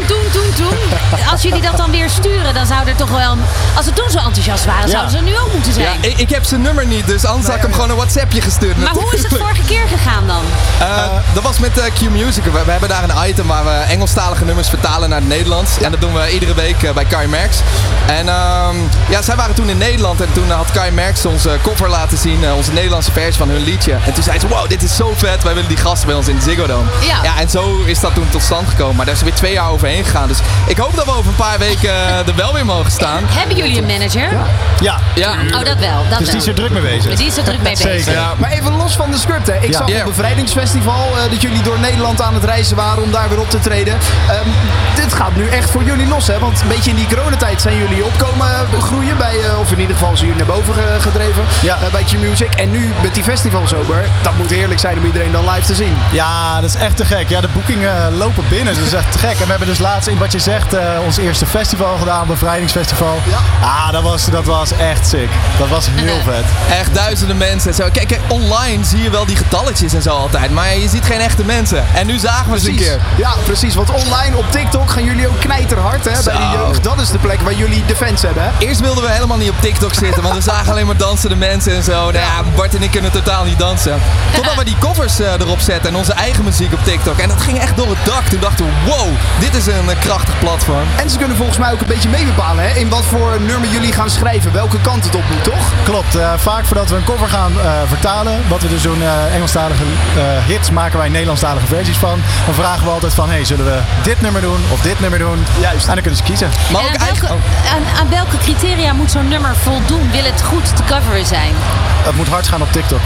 Als jullie dat dan weer sturen, dan zou er toch wel, als ze toen zo enthousiast waren, zouden ze nu ook moeten zijn. Ja, ik heb zijn nummer niet, dus anders had ik hem gewoon een WhatsAppje gestuurd. Maar hoe is het vorige keer gegaan dan? Dat was met Q-Music. We hebben daar een item waar we Engelstalige nummers vertalen naar het Nederlands. Ja. En dat doen we iedere week bij Kai Merks. En zij waren toen in Nederland en toen had Kai Merks onze cover laten zien, onze Nederlandse versie van hun liedje. En toen zei ze, wow, dit is zo vet, wij willen die gasten bij ons in de Ziggo Dome. Ja, en zo is dat toen tot stand gekomen. Maar daar is weer 2 jaar overheen gegaan. Dus ik hoop dat we over een paar weken er wel weer mogen staan. Hebben jullie een manager? Ja. Oh, dat wel. Dus die is er druk mee bezig. Die is er druk mee bezig. Ja. Maar even los van de Script, hè. Ik zag op het Bevrijdingsfestival dat jullie door Nederland aan het reizen waren om daar weer op te treden. Dit gaat nu echt voor jullie los, hè. Want een beetje in die coronatijd zijn jullie opkomen groeien bij, of in ieder geval zijn jullie naar boven gedreven. Bij Q-Music. En nu met die festivalzomer, dat moet heerlijk zijn om iedereen dan live te zien. Ja, dat is echt te gek. Ja, de boekingen lopen binnen. Dat is echt te gek. En we hebben dus laatst in wat je zegt, ons eerste festival gedaan, Bevrijdingsfestival. Ja, dat was echt sick. Dat was heel vet. Echt duizenden mensen en zo. Kijk, online zie je wel die getalletjes en zo altijd. Maar je ziet geen echte mensen. En nu zagen we ze een keer. Ja, precies. Want online op TikTok gaan jullie ook knijterhard, hè, bij de jeugd. Dat is de plek waar jullie de fans hebben, hè? Eerst wilden we helemaal niet op TikTok zitten, want we zagen alleen maar dansende mensen en zo. Nou ja, Bart en ik kunnen totaal niet dansen. Totdat we die covers erop zetten en onze eigen muziek op TikTok. En dat ging echt door het dak. Toen dachten we, wow, dit is een krachtig platform. En ze kunnen volgens mij ook een beetje meebepalen, hè, in wat voor nummer jullie gaan schrijven. Welke kant het op moet, toch? Klopt. Vaak voordat we een cover gaan vertalen, wat we dus doen, Engelstalige hits, maken wij Nederlandstalige versies van. Dan vragen we altijd van, zullen we dit nummer doen of dit nummer doen? Juist. En dan kunnen ze kiezen. Maar ook aan welke criteria moet zo'n nummer voldoen? Wil het goed te coveren zijn? Het moet hard gaan op TikTok.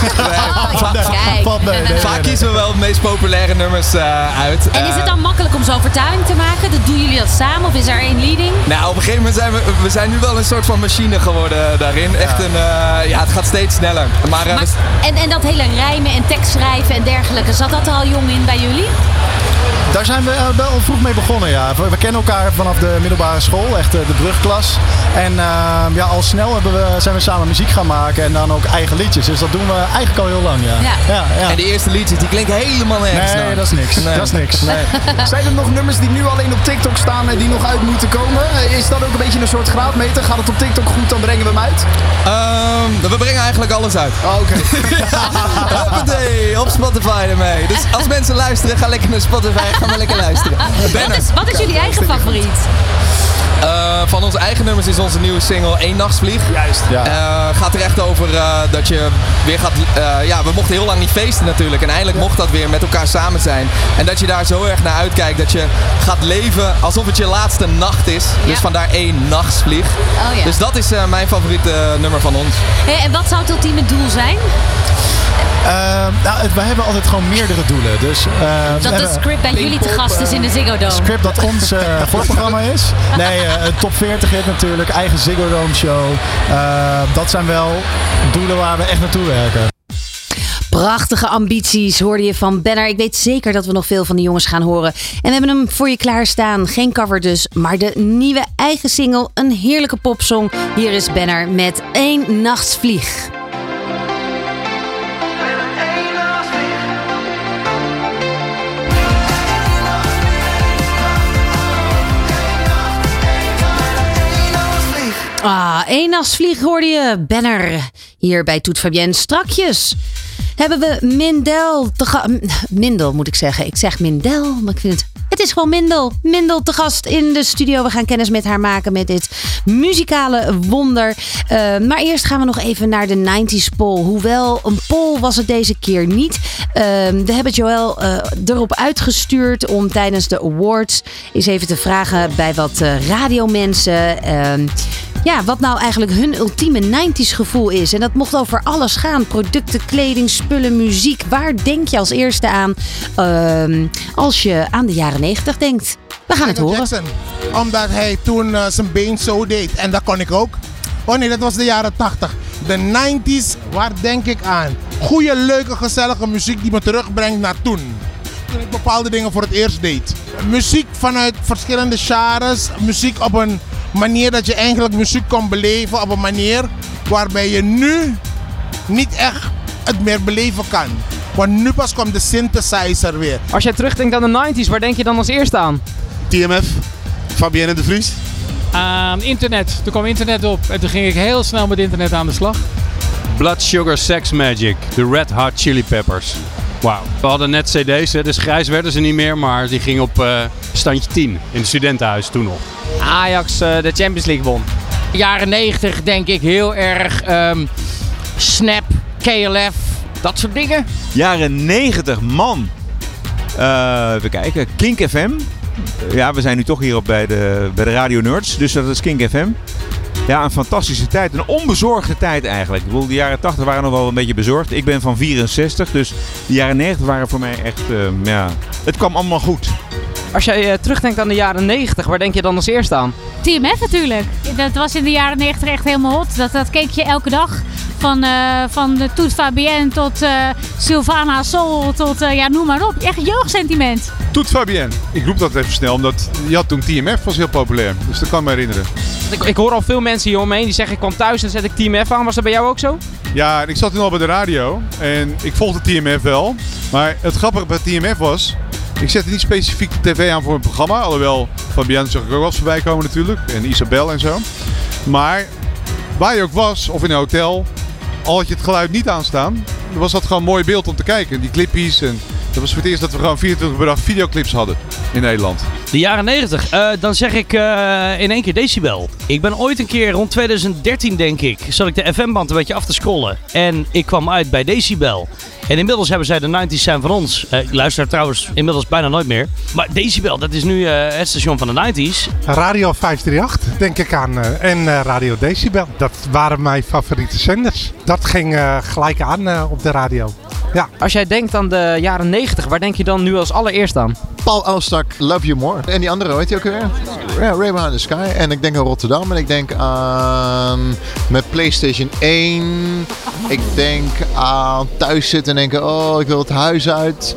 Vaak kiezen we wel de meest populaire nummers uit. En is het dan makkelijk om zo'n vertaling te maken? Doen jullie dat samen of is er één leading? Nou, op een gegeven moment zijn nu wel een soort van machine geworden daarin. Echt het gaat steeds sneller. En dat hele rijmen en tekstschrijven en dergelijke, zat dat er al jong in bij jullie? Daar zijn we wel vroeg mee begonnen, ja. We kennen elkaar vanaf de middelbare school, echt de brugklas. En al snel zijn we samen muziek gaan maken en dan ook eigen liedjes. Dus dat doen we eigenlijk al heel lang, ja. En de eerste liedjes, die klinken helemaal nergens. Nee, dat is niks. Dat is niks. Nee. Zijn er nog nummers die nu alleen op TikTok staan en die nog uit moeten komen? Is dat ook een beetje een soort graadmeter? Gaat het op TikTok goed, dan brengen we hem uit? We brengen eigenlijk alles uit. Oh, oké. Hoppatee, op Spotify ermee. Dus als mensen luisteren, ga lekker naar Spotify. Ga maar lekker luisteren. Wat is jullie eigen favoriet? Van onze eigen nummers is onze nieuwe single 1 Nachtvlieg. Juist. Ja. Gaat er echt over dat je weer gaat... we mochten heel lang niet feesten natuurlijk. En eindelijk mocht dat weer met elkaar samen zijn. En dat je daar zo erg naar uitkijkt. Dat je gaat leven alsof het je laatste nacht is. Dus vandaar 1 Nachtvlieg. Oh, ja. Dus dat is mijn favoriete nummer van ons. Hey, en wat zou het ultieme doel zijn? We hebben altijd gewoon meerdere doelen. Dus, Dat de script bij jullie te gast is in de Ziggo Dome. Script dat ons voorprogramma is. Nee, top 40 hit natuurlijk. Eigen Ziggo Dome show. Dat zijn wel doelen waar we echt naartoe werken. Prachtige ambities hoorde je van Banner. Ik weet zeker dat we nog veel van die jongens gaan horen. En we hebben hem voor je klaarstaan. Geen cover dus, maar de nieuwe eigen single. Een heerlijke popsong. Hier is Banner met 1 Nachtvlieg. Ah, 1 Nachtvlieg hoorde je. Banner hier bij Toet Fabienne. Strakjes hebben we Mindel moet ik zeggen. Ik zeg Mindel, maar ik vind het is gewoon Mindel te gast in de studio. We gaan kennis met haar maken met dit muzikale wonder. Maar eerst gaan we nog even naar de 90s poll. Hoewel een poll was het deze keer niet. We hebben Joël erop uitgestuurd om tijdens de awards eens even te vragen bij wat radiomensen. Wat nou eigenlijk hun ultieme 90s gevoel is. En dat mocht over alles gaan. Producten, kleding, spullen, muziek. Waar denk je als eerste aan als je aan de jaren 90 denkt? We gaan het horen. Jackson, omdat hij toen zijn been zo deed. En dat kon ik ook. Oh nee, dat was de jaren 80. De 90s, waar denk ik aan? Goeie, leuke, gezellige muziek die me terugbrengt naar toen. Toen ik bepaalde dingen voor het eerst deed. Muziek vanuit verschillende genres. Muziek op een manier dat je eigenlijk muziek kon beleven. Op een manier waarbij je nu niet echt het meer beleven kan. Want nu pas komt de synthesizer weer. Als jij terugdenkt aan de 90s, waar denk je dan als eerste aan? TMF, Fabienne de Vries. Internet. Toen kwam internet op en toen ging ik heel snel met internet aan de slag. Blood Sugar Sex Magic, de Red Hot Chili Peppers. Wauw. We hadden net cd's, dus grijs werden ze niet meer, maar die ging op standje 10 in het studentenhuis toen nog. Ajax de Champions League won. Jaren 90 denk ik heel erg Snap, KLF, dat soort dingen. Jaren 90, man. Even kijken, Kink FM. Ja, we zijn nu toch hier bij de Radio Nerds, dus dat is Kink FM. Ja, een fantastische tijd. Een onbezorgde tijd eigenlijk. Ik bedoel, de jaren 80 waren nog wel een beetje bezorgd. Ik ben van 64, dus de jaren 90 waren voor mij echt, het kwam allemaal goed. Als jij terugdenkt aan de jaren 90, waar denk je dan als eerste aan? TMF natuurlijk. Dat was in de jaren 90 echt helemaal hot. Dat keek je elke dag. Van de Toet Fabienne tot Sylvana Soul tot noem maar op. Echt jeugdsentiment. Toet Fabienne. Ik roep dat even snel, omdat je had toen TMF was heel populair. Dus dat kan me herinneren. Ik hoor al veel mensen hier omheen die zeggen ik kwam thuis en zet ik TMF aan. Was dat bij jou ook zo? Ja, ik zat toen al bij de radio en ik volgde TMF wel. Maar het grappige bij TMF was, ik zette niet specifiek de tv aan voor een programma. Alhoewel Fabienne zag ik ook wel eens voorbij komen natuurlijk. En Isabel en zo. Maar waar je ook was, of in een hotel, al had je het geluid niet aanstaan, dan was dat gewoon een mooi beeld om te kijken. Die clippies en dat was voor het eerst dat we gewoon 24 per dag videoclips hadden in Nederland. De jaren 90, dan zeg ik in één keer Decibel. Ik ben ooit een keer rond 2013 denk ik, zat ik de FM-band een beetje af te scrollen. En ik kwam uit bij Decibel. En inmiddels hebben zij de 90's zijn van ons. Ik luister trouwens inmiddels bijna nooit meer. Maar Decibel, dat is nu het station van de 90's. Radio 538 denk ik aan. En Radio Decibel. Dat waren mijn favoriete zenders. Dat ging gelijk aan op de radio. Ja. Als jij denkt aan de jaren 90, waar denk je dan nu als allereerst aan? Paul Elstak, Love You More. En die andere, weet je ook weer? Ja, Ray Behind the Sky. En ik denk aan Rotterdam. En ik denk aan met PlayStation 1. Ik denk aan thuis zitten en denken, oh, ik wil het huis uit.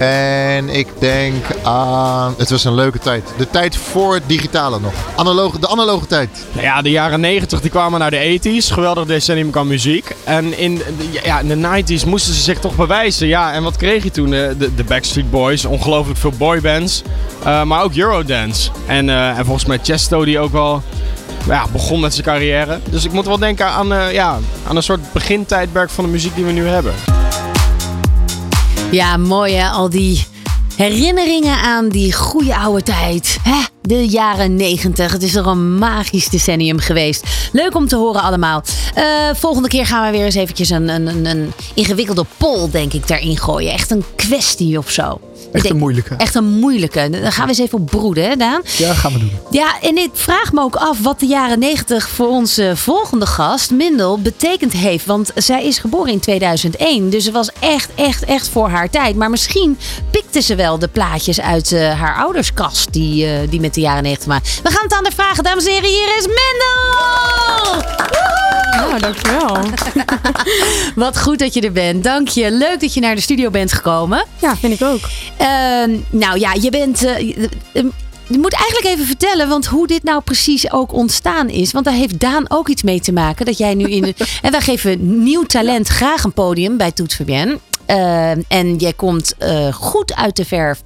En ik denk aan, het was een leuke tijd. De tijd voor het digitale nog. De analoge tijd. Nou ja, de jaren 90 die kwamen naar de 80's. Geweldig decennium qua muziek. En in de 90's moesten ze zich toch bewijzen. Ja, en wat kreeg je toen? De Backstreet Boys, ongelooflijk veel boybands. Maar ook Eurodance. En volgens mij Chesto die ook wel begon met zijn carrière. Dus ik moet wel denken aan een soort begintijdperk van de muziek die we nu hebben. Ja, mooi hè, al die herinneringen aan die goede oude tijd. Hè? de jaren 90. Het is toch een magisch decennium geweest. Leuk om te horen allemaal. Volgende keer gaan we weer eens eventjes een ingewikkelde poll, denk ik, daarin gooien. Echt een kwestie of zo. Echt een moeilijke. Echt een moeilijke. Daar gaan we eens even op broeden, hè, Daan? Ja, gaan we doen. Ja, en ik vraag me ook af wat de jaren 90 voor onze volgende gast, Mindel, betekend heeft. Want zij is geboren in 2001. Dus ze was echt voor haar tijd. Maar misschien pikte ze wel de plaatjes uit haar ouderskast die met de jaren 90 maken. We gaan het aan haar vragen, dames en heren. Hier is Mindel! Nou, dankjewel. Wat goed dat je er bent. Dank je. Leuk dat je naar de studio bent gekomen. Ja, vind ik ook. Nou ja, je bent... Je moet eigenlijk even vertellen, want hoe dit nou precies ook ontstaan is. Want daar heeft Daan ook iets mee te maken. Dat jij nu en wij geven nieuw talent graag een podium bij Toet Fabienne. En jij komt goed uit de verf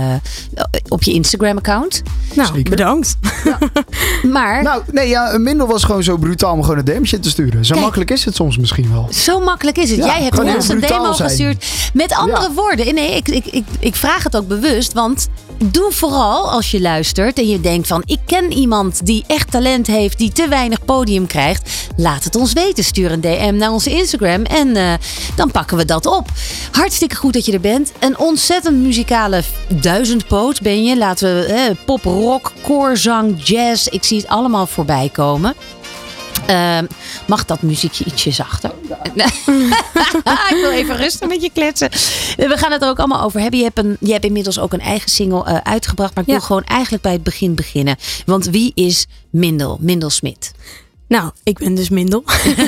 op je Instagram-account. Nou, zeker. Bedankt. Ja. Maar... Nou, nee, ja, Mindel was gewoon zo brutaal om gewoon een DM'tje te sturen. Zo makkelijk is het soms misschien wel. Zo makkelijk is het. Ja, jij hebt ons een demo zijn. gestuurd. Met andere woorden. Nee, ik vraag het ook bewust. Want doe vooral als je luistert en je denkt van... ik ken iemand die echt talent heeft, die te weinig podium krijgt. Laat het ons weten. Stuur een DM naar onze Instagram en dan pakken we dat op. Hartstikke goed dat je er bent. Een ontzettend muzikale duizendpoot ben je. Laten we pop, rock, koorzang, jazz. Ik zie het allemaal voorbij komen. Mag dat muziekje ietsje zachter? Ik wil even rustig met je kletsen. We gaan het er ook allemaal over hebben. Je hebt inmiddels ook een eigen single uitgebracht. Maar ik wil gewoon eigenlijk bij het begin beginnen. Want wie is Mindel? Mindel Smit. Nou, ik ben dus Mindel.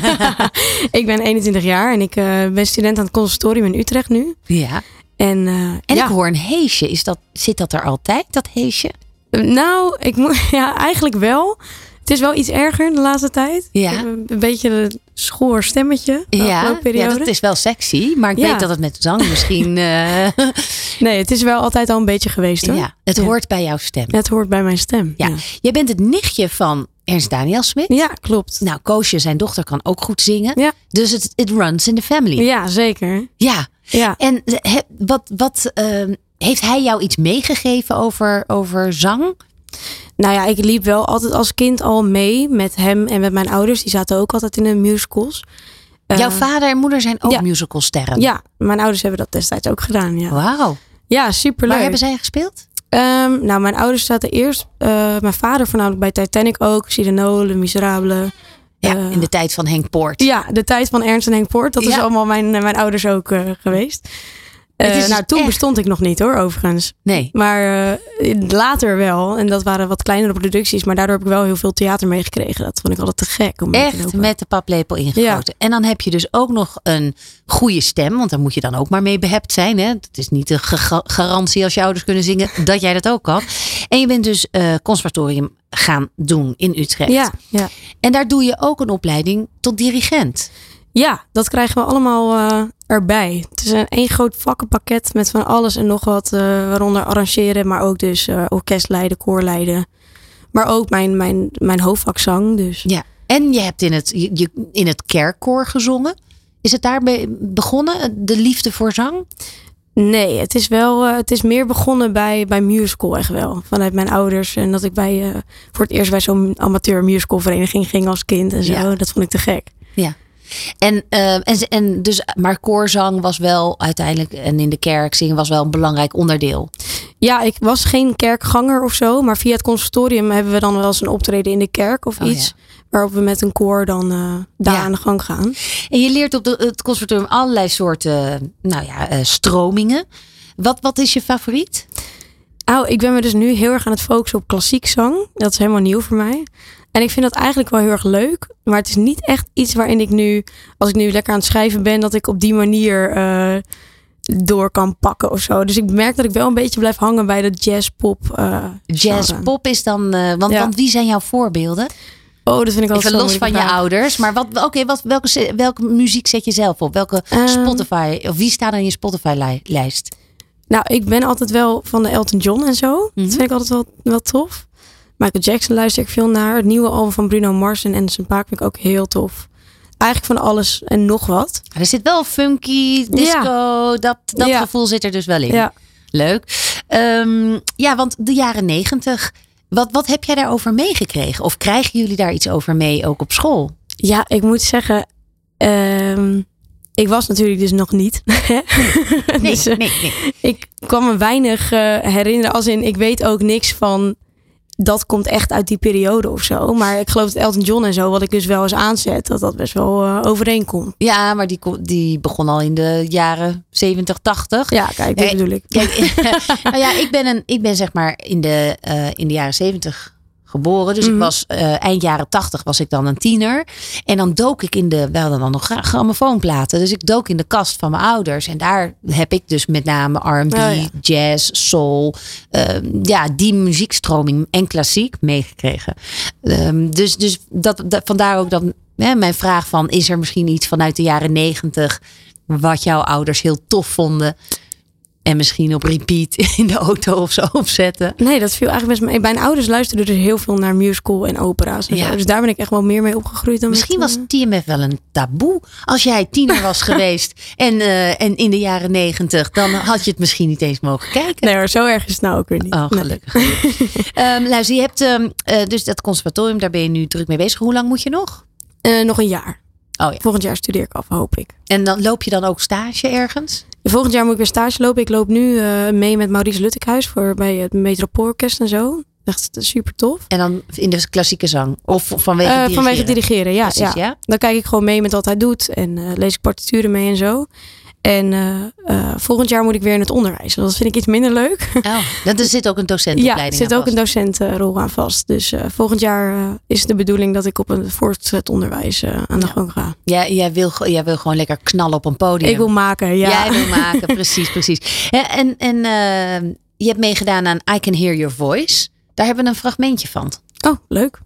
Ik ben 21 jaar en ik ben student aan het conservatorium in Utrecht nu. Ja. En ik hoor een heesje. Zit dat er altijd, dat heesje? Nou, eigenlijk wel. Het is wel iets erger de laatste tijd. Ja. Een beetje een schoor stemmetje. Ja, dat is wel sexy. Maar ik weet dat het met zang misschien... Nee, het is wel altijd al een beetje geweest hoor. Ja, het hoort bij jouw stem. Het hoort bij mijn stem. Ja. Jij bent het nichtje van Ernst Daniel Smit. Ja, klopt. Nou, Koosje, zijn dochter, kan ook goed zingen. Ja. Dus it runs in the family. Ja, zeker. Ja. En wat heeft hij jou iets meegegeven over zang? Nou ja, ik liep wel altijd als kind al mee met hem en met mijn ouders. Die zaten ook altijd in de musicals. Jouw vader en moeder zijn ook musicalsterren? Ja, mijn ouders hebben dat destijds ook gedaan. Ja. Wauw. Ja, superleuk. Waar hebben zij gespeeld? Nou, mijn ouders zaten eerst. Mijn vader voornamelijk bij Titanic ook. Cyrano, Les Miserables. Ja, in de tijd van Henk Poort. Ja, de tijd van Ernst en Henk Poort. Dat is allemaal mijn ouders ook geweest. Toen bestond ik nog niet hoor, overigens. Nee. Maar later wel. En dat waren wat kleinere producties. Maar daardoor heb ik wel heel veel theater meegekregen. Dat vond ik altijd te gek. Om echt met de paplepel ingegoten. Ja. En dan heb je dus ook nog een goede stem. Want daar moet je dan ook maar mee behept zijn. Hè? Het is niet de garantie als je ouders kunnen zingen dat jij dat ook kan. En je bent dus conservatorium gaan doen in Utrecht. Ja. En daar doe je ook een opleiding tot dirigent. Ja, dat krijgen we allemaal erbij. Het is één groot vakkenpakket met van alles en nog wat. Waaronder arrangeren, maar ook dus orkestleiden, koorleiden. Maar ook mijn hoofdvak zang. Dus. Ja, en je hebt in het kerkkoor gezongen. Is het daar begonnen, de liefde voor zang? Nee, het is meer begonnen bij musical echt wel. Vanuit mijn ouders. En dat ik voor het eerst bij zo'n amateur musicalvereniging ging als kind en zo. Ja. Dat vond ik te gek. Ja. En dus, maar koorzang was wel uiteindelijk, en in de kerk zingen was wel een belangrijk onderdeel. Ja, ik was geen kerkganger of zo, maar via het conservatorium hebben we dan wel eens een optreden in de kerk of iets. Ja. Waarop we met een koor dan daar aan de gang gaan. En je leert op het conservatorium allerlei soorten stromingen. Wat is je favoriet? Nou, ik ben me dus nu heel erg aan het focussen op klassiek zang. Dat is helemaal nieuw voor mij. En ik vind dat eigenlijk wel heel erg leuk. Maar het is niet echt iets waarin ik nu, als ik nu lekker aan het schrijven ben, dat ik op die manier door kan pakken of zo. Dus ik merk dat ik wel een beetje blijf hangen bij de jazz-pop. Jazz-pop is dan, want wie zijn jouw voorbeelden? Oh, dat vind ik altijd even los van je ouders. Maar welke muziek zet je zelf op? Welke Spotify, of wie staat er in je Spotify-lijst? Nou, ik ben altijd wel van de Elton John en zo. Mm-hmm. Dat vind ik altijd wel tof. Michael Jackson luister ik veel naar. Het nieuwe album van Bruno Mars en Anderson .Paak vind ik ook heel tof. Eigenlijk van alles en nog wat. Er zit wel funky, disco, dat gevoel zit er dus wel in. Ja. Leuk. Want de jaren 90, Wat heb jij daarover meegekregen? Of krijgen jullie daar iets over mee, ook op school? Ja, ik moet zeggen, ik was natuurlijk dus nog niet. Nee. Ik kan me weinig herinneren. Als in, ik weet ook niks van... Dat komt echt uit die periode of zo. Maar ik geloof dat Elton John en zo, wat ik dus wel eens aanzet, dat best wel overeenkomt. Ja, maar die begon al in de jaren 70, 80. Ja, kijk, dat bedoel ik. Kijk, nou ja, ik ben zeg maar in de jaren 70 geboren. Dus ik was eind jaren 80 was ik dan een tiener. En dan dook ik we hadden dan nog grammofoonplaten. Dus ik dook in de kast van mijn ouders. En daar heb ik dus met name R&B, jazz, soul. Die muziekstroming en klassiek meegekregen. Dus vandaar ook dat mijn vraag van... Is er misschien iets vanuit de jaren 90... wat jouw ouders heel tof vonden... En misschien op repeat in de auto of zo opzetten. Nee, dat viel eigenlijk best mee. Mijn ouders luisterden dus heel veel naar musical en opera's. En zo. Dus daar ben ik echt wel meer mee opgegroeid. Dan misschien was TMF wel een taboe. Als jij tiener was geweest en in de jaren 90... dan had je het misschien niet eens mogen kijken. Nee hoor, zo erg is het nou ook weer niet. Oh, gelukkig. Nee. Luister, je hebt dus dat conservatorium, daar ben je nu druk mee bezig. Hoe lang moet je nog? Nog een jaar. Oh, ja. Volgend jaar studeer ik af, hoop ik. En dan loop je dan ook stage ergens? Volgend jaar moet ik weer stage lopen. Ik loop nu mee met Maurice Luttekhuis bij het Metropoolorkest en zo. Echt super tof. En dan in de klassieke zang? Of vanwege dirigeren? Vanwege dirigeren, ja. Precies, ja. Dan kijk ik gewoon mee met wat hij doet. En lees ik partituren mee en zo. En volgend jaar moet ik weer in het onderwijs. Dat vind ik iets minder leuk. Oh, er zit ook een docentenopleiding aan vast. Ja, er zit ook een docentenrol aan vast. Dus volgend jaar is de bedoeling dat ik op een voortgezet onderwijs aan de gang ga. Ja, jij wil gewoon lekker knallen op een podium. Ik wil maken, ja. Jij wil maken, precies. En je hebt meegedaan aan I Can Hear Your Voice. Daar hebben we een fragmentje van. Oh, leuk.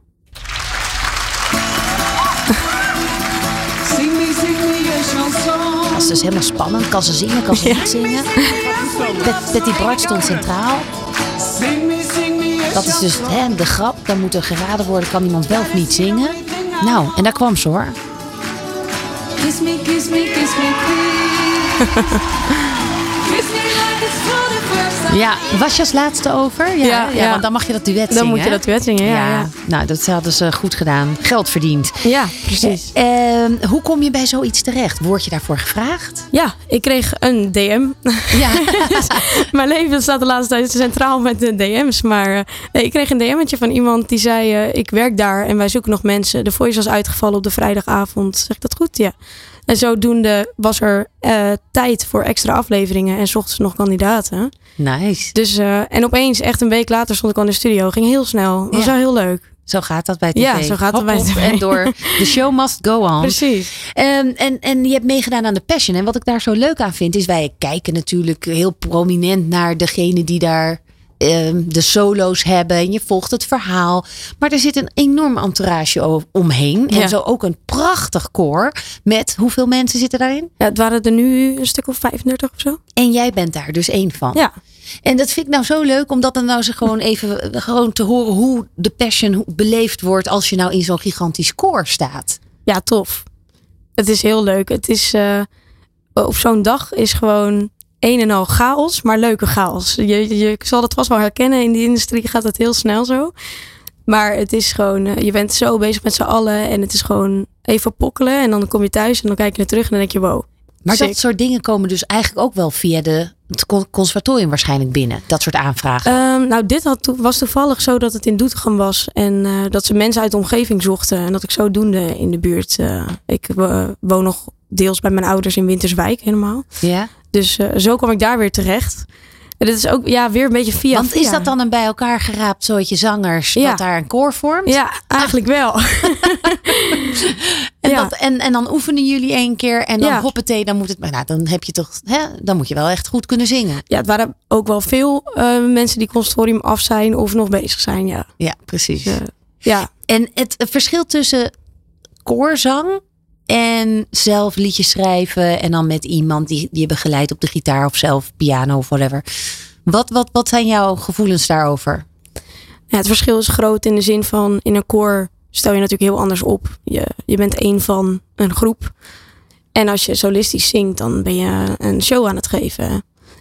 Dat is dus helemaal spannend. Kan ze zingen, kan ze niet zingen? Betty Bart stond centraal. Dat is dus de grap. Dan moet er geraden worden, kan iemand wel of niet zingen. Nou, en daar kwam ze hoor. Kiss me, kiss me, kiss me, please. Kiss me like it's for the first time. Ja, was je als laatste over? Ja, want dan mag je dat duet zingen. Dan moet je dat duet zingen, ja. Nou, dat hadden ze goed gedaan. Geld verdiend. Ja, precies. Hoe kom je bij zoiets terecht? Word je daarvoor gevraagd? Ja, ik kreeg een DM. Ja. Mijn leven staat de laatste tijd centraal met de DM's. Maar ik kreeg een DM'tje van iemand die zei... ik werk daar en wij zoeken nog mensen. De Voice was uitgevallen op de vrijdagavond. Zeg ik dat goed? Ja. En zodoende was er tijd voor extra afleveringen en zochten ze nog kandidaten. Nice. Dus, en opeens, echt een week later, stond ik al in de studio. Ging heel snel. Dat was wel heel leuk. Zo gaat dat bij tv. Ja, zo gaat dat bij tv. En door. The show must go on. Precies. En je hebt meegedaan aan de Passion. En wat ik daar zo leuk aan vind, is wij kijken natuurlijk heel prominent naar degene die daar de solo's hebben. En je volgt het verhaal. Maar er zit een enorm entourage omheen. En zo ook een prachtig koor. Met hoeveel mensen zitten daarin? Ja, het waren er nu een stuk of 35 of zo. En jij bent daar dus één van. Ja. En dat vind ik nou zo leuk, omdat dan nou ze gewoon even gewoon te horen hoe de Passion beleefd wordt als je nou in zo'n gigantisch koor staat. Ja, tof. Het is heel leuk. Het is op zo'n dag is gewoon een en al chaos, maar leuke chaos. Je zal dat vast wel herkennen. In die industrie gaat het heel snel zo. Maar het is gewoon, je bent zo bezig met z'n allen en het is gewoon even pokkelen. En dan kom je thuis en dan kijk je er terug en dan denk je wow. Maar dat soort dingen komen dus eigenlijk ook wel via het conservatorium waarschijnlijk binnen. Dat soort aanvragen. Nou, dit was toevallig zo dat het in Doetinchem was. En dat ze mensen uit de omgeving zochten. En dat ik zodoende in de buurt. Ik woon nog deels bij mijn ouders in Winterswijk helemaal. Ja. Dus zo kwam ik daar weer terecht. En dit is ook weer een beetje via. Want is dat dan een bij elkaar geraapt soortje zangers dat daar een koor vormt? Ja, eigenlijk wel. En dan oefenen jullie 1 keer en dan hoppatee, dan moet het. Maar dan heb je toch, dan moet je wel echt goed kunnen zingen. Ja, het waren ook wel veel mensen die conservatorium af zijn of nog bezig zijn. Ja, ja precies. Ja. En het verschil tussen koorzang en zelf liedjes schrijven en dan met iemand die je begeleidt op de gitaar of zelf piano of whatever. Wat zijn jouw gevoelens daarover? Ja, het verschil is groot in de zin van in een koor stel je natuurlijk heel anders op. Je bent één van een groep. En als je solistisch zingt, dan ben je een show aan het geven.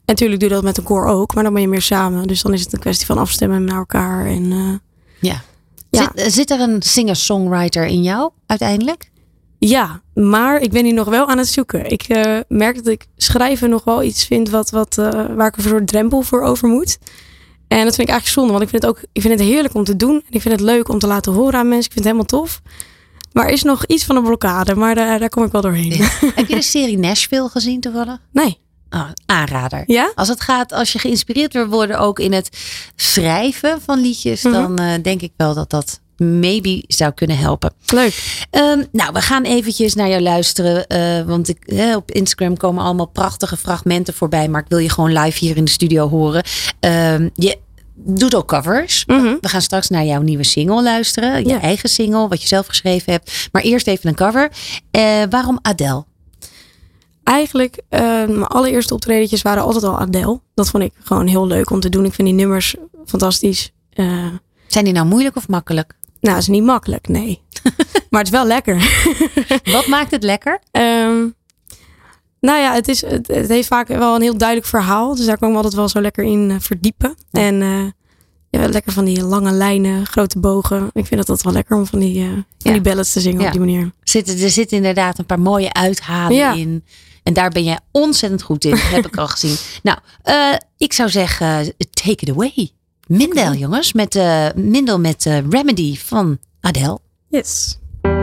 natuurlijk doe je dat met een koor ook, maar dan ben je meer samen. Dus dan is het een kwestie van afstemmen naar elkaar. En, Ja. Ja. Zit er een singer-songwriter in jou uiteindelijk? Ja, maar ik ben hier nog wel aan het zoeken. Ik merk dat ik schrijven nog wel iets vind waar ik een soort drempel voor over moet. En dat vind ik eigenlijk zonde, want ik vind het heerlijk om te doen. En ik vind het leuk om te laten horen aan mensen. Ik vind het helemaal tof. Maar er is nog iets van een blokkade, maar daar kom ik wel doorheen. Ja. Heb je de serie Nashville gezien toevallig? Nee. Oh, aanrader. Ja? Als je geïnspireerd wil worden ook in het schrijven van liedjes, dan denk ik wel dat maybe zou kunnen helpen. Leuk. Nou, we gaan eventjes naar jou luisteren. Want op Instagram komen allemaal prachtige fragmenten voorbij. Maar ik wil je gewoon live hier in de studio horen. Je doet ook covers. We gaan straks naar jouw nieuwe single luisteren. Je eigen single, wat je zelf geschreven hebt. Maar eerst even een cover. Waarom Adele? Eigenlijk, mijn allereerste optredetjes waren altijd al Adele. Dat vond ik gewoon heel leuk om te doen. Ik vind die nummers fantastisch. Zijn die nou moeilijk of makkelijk? Nou, het is niet makkelijk, nee. Maar het is wel lekker. Wat maakt het lekker? Nou ja, het heeft vaak wel een heel duidelijk verhaal. Dus daar kan ik me altijd wel zo lekker in verdiepen. Ja. En lekker van die lange lijnen, grote bogen. Ik vind dat wel lekker om van die ballads te zingen op die manier. Er zitten inderdaad een paar mooie uithalen in. En daar ben jij ontzettend goed in. Heb ik al gezien. Nou, ik zou zeggen, take it away. Mindel, jongens. Mindel met Remedy van Adele. Yes.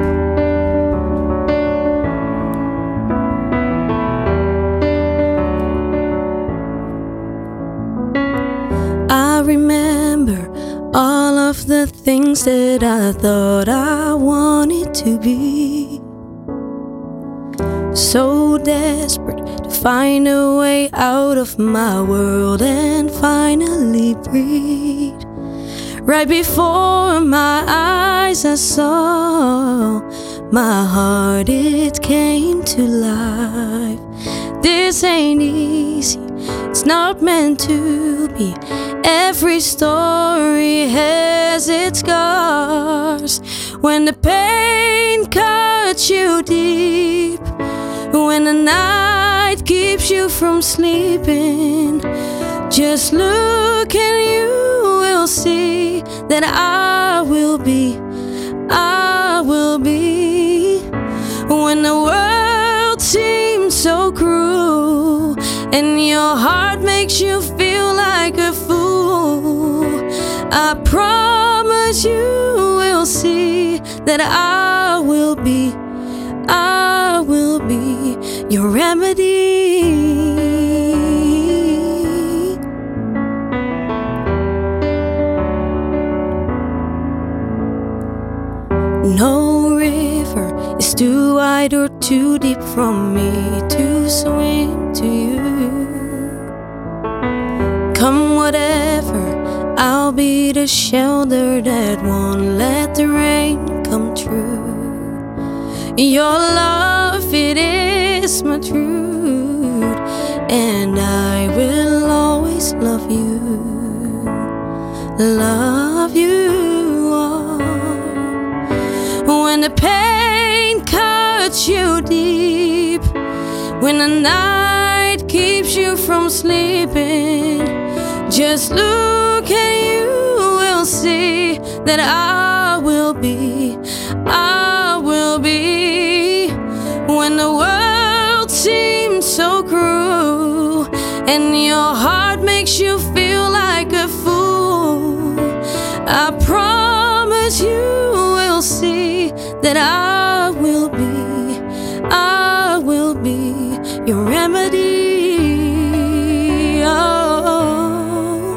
I remember all of the things that I thought I wanted to be. So desperate to find a way out of my world and finally breathe. Right before my eyes I saw my heart, it came to life. This ain't easy, it's not meant to be. Every story has its scars. When the pain cuts you deep, when the night keeps you from sleeping, just look and you will see that I will be. When the world seems so cruel and your heart makes you feel like a fool, I promise you will see that I will be your remedy. No river is too wide or too deep from me to swim to you. Come whatever, I'll be the shelter that won't let the rain come true. Your love, it is my truth, and I will always love you. Love you. When the pain cuts you deep, when the night keeps you from sleeping, just look and you will see that I will be. When the world seems so cruel and your heart makes you feel like a fool, I promise you will see that I will be your remedy. Oh.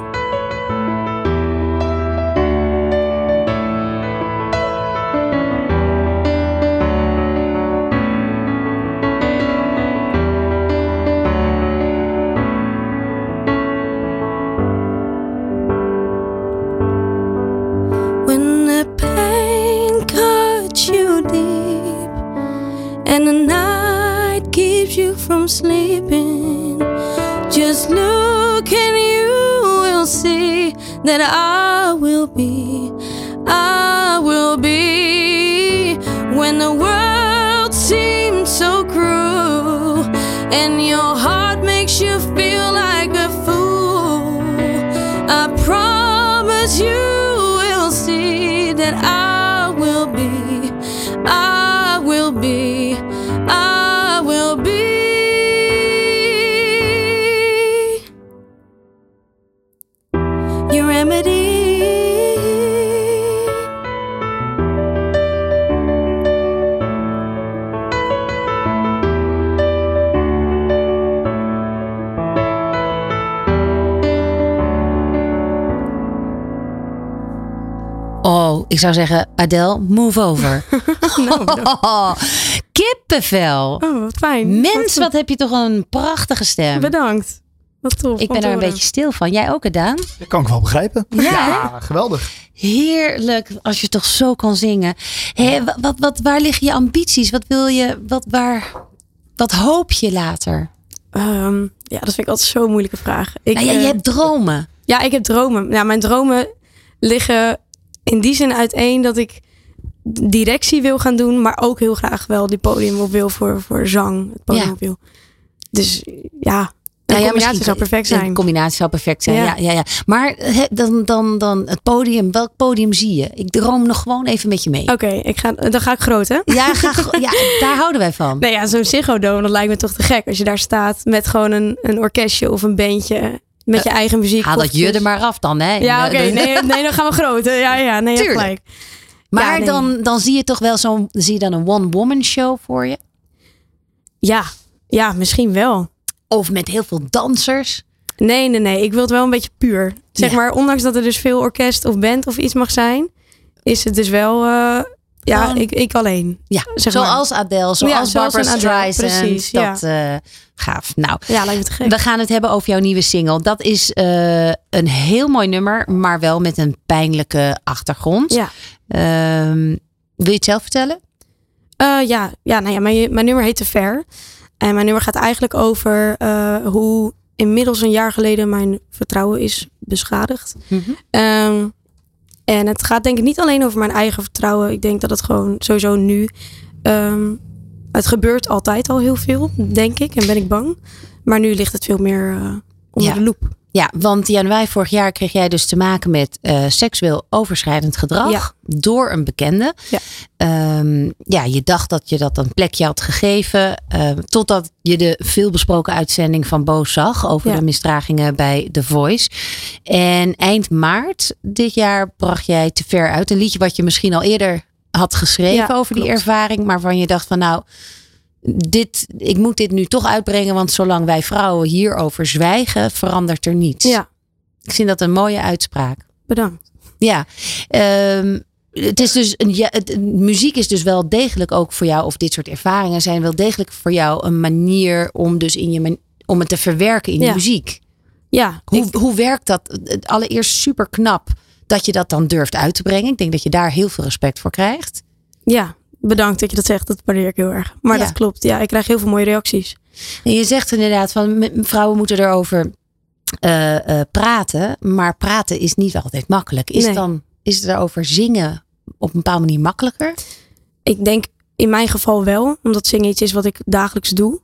When the pain cuts you deep and the night keeps you from sleeping, just look and you will see that I will be. When the world seems so cruel and your heart makes you feel like a 'cause you will see that I will be. Your remedy. Oh, ik zou zeggen, Adele, move over. Kippenvel. Oh, wat fijn. Mens, wat heb je toch een prachtige stem. Bedankt. Wat tof. Ik ben er een beetje stil van. Jij ook, Daan? Dat kan ik wel begrijpen. Ja, geweldig. Heerlijk, als je toch zo kan zingen. Hé, waar liggen je ambities? Wat wil je, wat hoop je later? Ja, dat vind ik altijd zo'n moeilijke vraag. Je hebt dromen. Ja, ik heb dromen. Ja, mijn dromen liggen in die zin uiteen dat ik directie wil gaan doen, maar ook heel graag wel die podium op wil voor zang. Het podium op wil. Dus ja, een combinatie zou perfect zijn. Een combinatie zou perfect zijn, ja. Maar dan het podium, welk podium zie je? Ik droom nog gewoon even met je mee. Oké, dan ga ik groot, hè? Ja, daar houden wij van. Nee, ja, zo'n Ziggo Dome, dat lijkt me toch te gek. Als je daar staat met gewoon een orkestje of een bandje. Met je eigen muziek. Haal dat je er maar af dan, hè? Ja, oké. Nee, dan gaan we groot. Ja, nee, tuurlijk. Gelijk. Maar dan zie je toch wel zie je dan een one-woman show voor je? Ja, misschien wel. Of met heel veel dansers? Nee. Ik wil het wel een beetje puur. Zeg maar, ondanks dat er dus veel orkest of band of iets mag zijn, is het dus wel... ik alleen. Ja, zoals Adele, zoals Barbra Streisand. Precies, dat gaaf. Nou, lijkt me te gek. We gaan het hebben over jouw nieuwe single. Dat is een heel mooi nummer, maar wel met een pijnlijke achtergrond. Ja. Wil je het zelf vertellen? Mijn nummer heet Te Ver. En mijn nummer gaat eigenlijk over hoe inmiddels een jaar geleden mijn vertrouwen is beschadigd. Mm-hmm. En het gaat denk ik niet alleen over mijn eigen vertrouwen. Ik denk dat het gewoon sowieso nu... het gebeurt altijd al heel veel, denk ik. En ben ik bang. Maar nu ligt het veel meer onder de loep. Ja, want januari vorig jaar kreeg jij dus te maken met seksueel overschrijdend gedrag. Door een bekende. Ja. Je dacht dat je dat een plekje had gegeven. Totdat je de veelbesproken uitzending van Bo zag. Over de misdragingen bij The Voice. En eind maart dit jaar bracht jij Te Ver uit. Een liedje wat je misschien al eerder had geschreven over die ervaring. Maar waarvan je dacht van nou... Ik moet dit nu toch uitbrengen, want zolang wij vrouwen hierover zwijgen, verandert er niets. Ja. Ik vind dat een mooie uitspraak. Bedankt. Ja. Het is dus muziek is dus wel degelijk ook voor jou, of dit soort ervaringen zijn wel degelijk voor jou een manier om dus om het te verwerken in de muziek. Ja. Hoe werkt dat? Allereerst super knap dat je dat dan durft uit te brengen. Ik denk dat je daar heel veel respect voor krijgt. Ja. Bedankt dat je dat zegt, dat waardeer ik heel erg. Maar dat klopt, ja, ik krijg heel veel mooie reacties. En je zegt inderdaad van vrouwen moeten erover praten, maar praten is niet altijd makkelijk. Is het erover zingen op een bepaalde manier makkelijker? Ik denk in mijn geval wel, omdat zingen iets is wat ik dagelijks doe.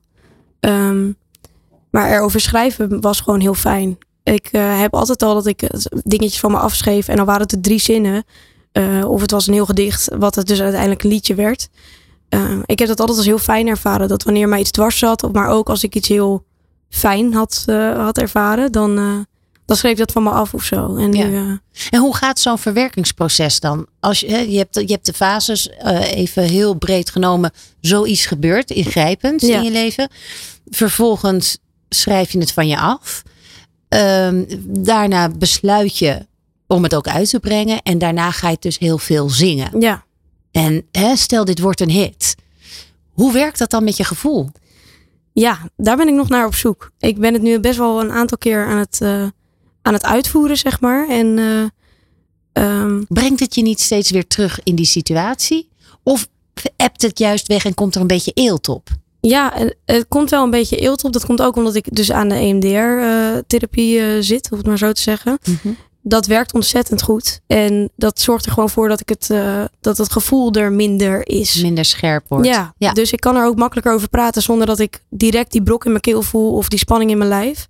Maar erover schrijven was gewoon heel fijn. Ik heb altijd al dat ik dingetjes van me afschreef en dan waren het 3 zinnen. Of het was een heel gedicht, wat het dus uiteindelijk een liedje werd. Ik heb dat altijd als heel fijn ervaren. Dat wanneer mij iets dwars zat, maar ook als ik iets heel fijn had ervaren, dan schreef ik dat van me af of zo. En, en hoe gaat zo'n verwerkingsproces dan? Als je hebt de fases, even heel breed genomen, zoiets gebeurt, ingrijpend in je leven. Vervolgens schrijf je het van je af. Daarna besluit je om het ook uit te brengen. En daarna ga je dus heel veel zingen. Ja. En stel dit wordt een hit. Hoe werkt dat dan met je gevoel? Ja, daar ben ik nog naar op zoek. Ik ben het nu best wel een aantal keer aan het uitvoeren, zeg maar. En brengt het je niet steeds weer terug in die situatie? Of ebt het juist weg en komt er een beetje eelt op? Ja, het komt wel een beetje eelt op. Dat komt ook omdat ik dus aan de EMDR-therapie zit, om het maar zo te zeggen. Mm-hmm. Dat werkt ontzettend goed. En dat zorgt er gewoon voor dat ik dat het gevoel er minder is. Minder scherp wordt. Ja, dus ik kan er ook makkelijker over praten zonder dat ik direct die brok in mijn keel voel of die spanning in mijn lijf.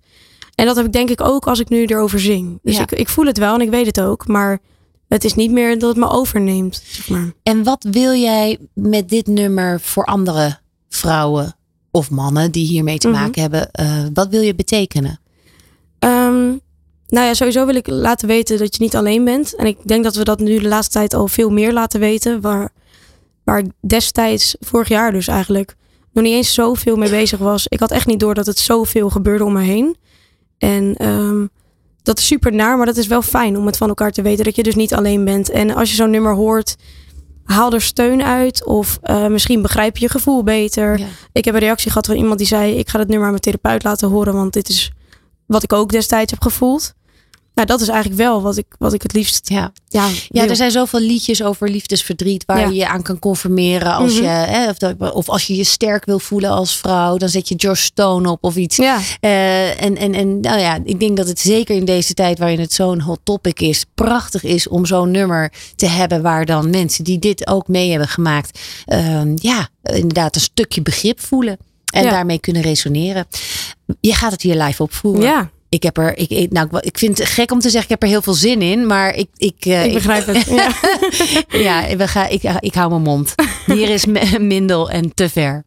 En dat heb ik denk ik ook als ik nu erover zing. Dus ik voel het wel en ik weet het ook. Maar het is niet meer dat het me overneemt. Zeg maar. En wat wil jij met dit nummer voor andere vrouwen of mannen die hiermee te maken hebben? Wat wil je betekenen? Nou ja, sowieso wil ik laten weten dat je niet alleen bent. En ik denk dat we dat nu de laatste tijd al veel meer laten weten. Waar ik destijds, vorig jaar dus eigenlijk, nog niet eens zoveel mee bezig was. Ik had echt niet door dat het zoveel gebeurde om me heen. En dat is super naar, maar dat is wel fijn om het van elkaar te weten. Dat je dus niet alleen bent. En als je zo'n nummer hoort, haal er steun uit. Of misschien begrijp je gevoel beter. Ja. Ik heb een reactie gehad van iemand die zei, ik ga het nummer aan mijn therapeut laten horen. Want dit is wat ik ook destijds heb gevoeld. Nou, dat is eigenlijk wel wat ik het liefst. Ja, er zijn zoveel liedjes over liefdesverdriet waar je je aan kan conformeren. Als je, of als je je sterk wil voelen als vrouw, dan zet je Joss Stone op of iets. Ja. En nou ja, ik denk dat het zeker in deze tijd waarin het zo'n hot topic is, prachtig is om zo'n nummer te hebben waar dan mensen die dit ook mee hebben gemaakt, inderdaad een stukje begrip voelen en daarmee kunnen resoneren. Je gaat het hier live opvoeren. Ja. Ik vind het gek om te zeggen, ik heb er heel veel zin in, maar ik begrijp het. Ja. Ik hou mijn mond. Hier is Mindel en Te Ver.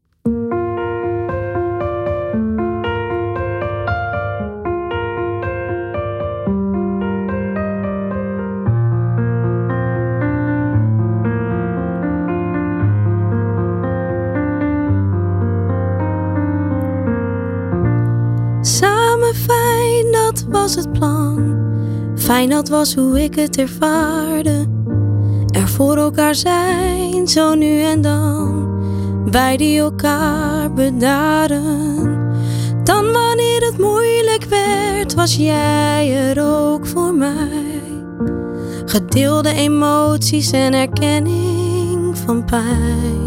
Samen fijn, dat was het plan. Fijn, dat was hoe ik het ervaarde. Er voor elkaar zijn, zo nu en dan. Wij die elkaar bedaren. Dan wanneer het moeilijk werd, was jij er ook voor mij. Gedeelde emoties en erkenning van pijn.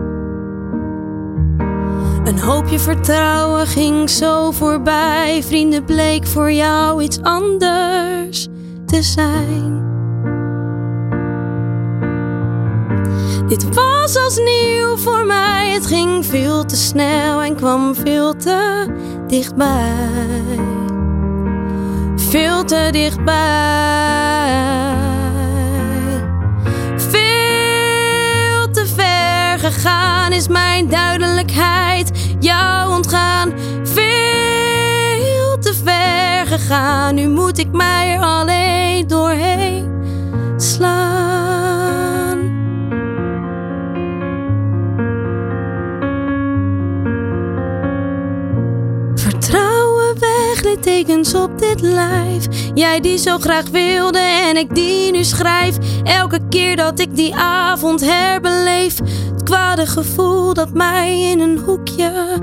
Een hoopje vertrouwen ging zo voorbij. Vrienden bleek voor jou iets anders te zijn. Dit was als nieuw voor mij. Het ging veel te snel en kwam veel te dichtbij. Veel te dichtbij. Veel te ver gegaan is mijn duidelijkheid. Jou ontgaan, veel te ver gegaan. Nu moet ik mij er alleen doorheen slaan. Vertrouwen weg, littekens op dit lijf. Jij die zo graag wilde en ik die nu schrijf. Elke keer dat ik die avond herbeleef, het kwade gevoel dat mij in een hoekje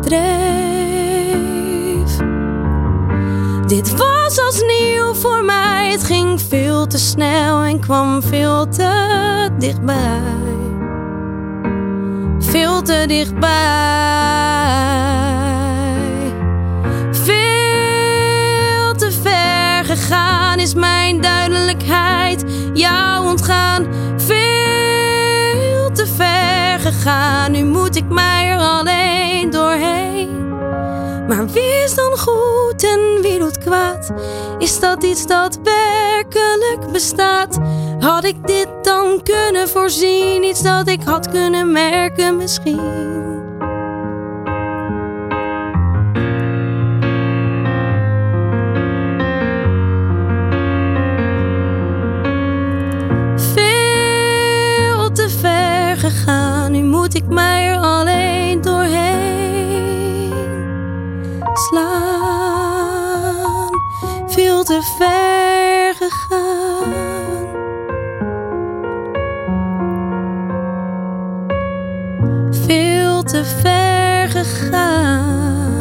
dreef. Dit was als nieuw voor mij. Het ging veel te snel en kwam veel te dichtbij. Veel te dichtbij. Veel te ver gegaan is mijn duidelijkheid. Jou ontgaan, veel te ver gegaan. Nu moet ik mij er alleen doorheen. Maar wie is dan goed en wie doet kwaad? Is dat iets dat werkelijk bestaat? Had ik dit dan kunnen voorzien? Iets dat ik had kunnen merken misschien. Veel te ver gegaan. Nu moet ik mij er alleen doorheen slaan. Veel te ver gegaan. Veel te ver gegaan.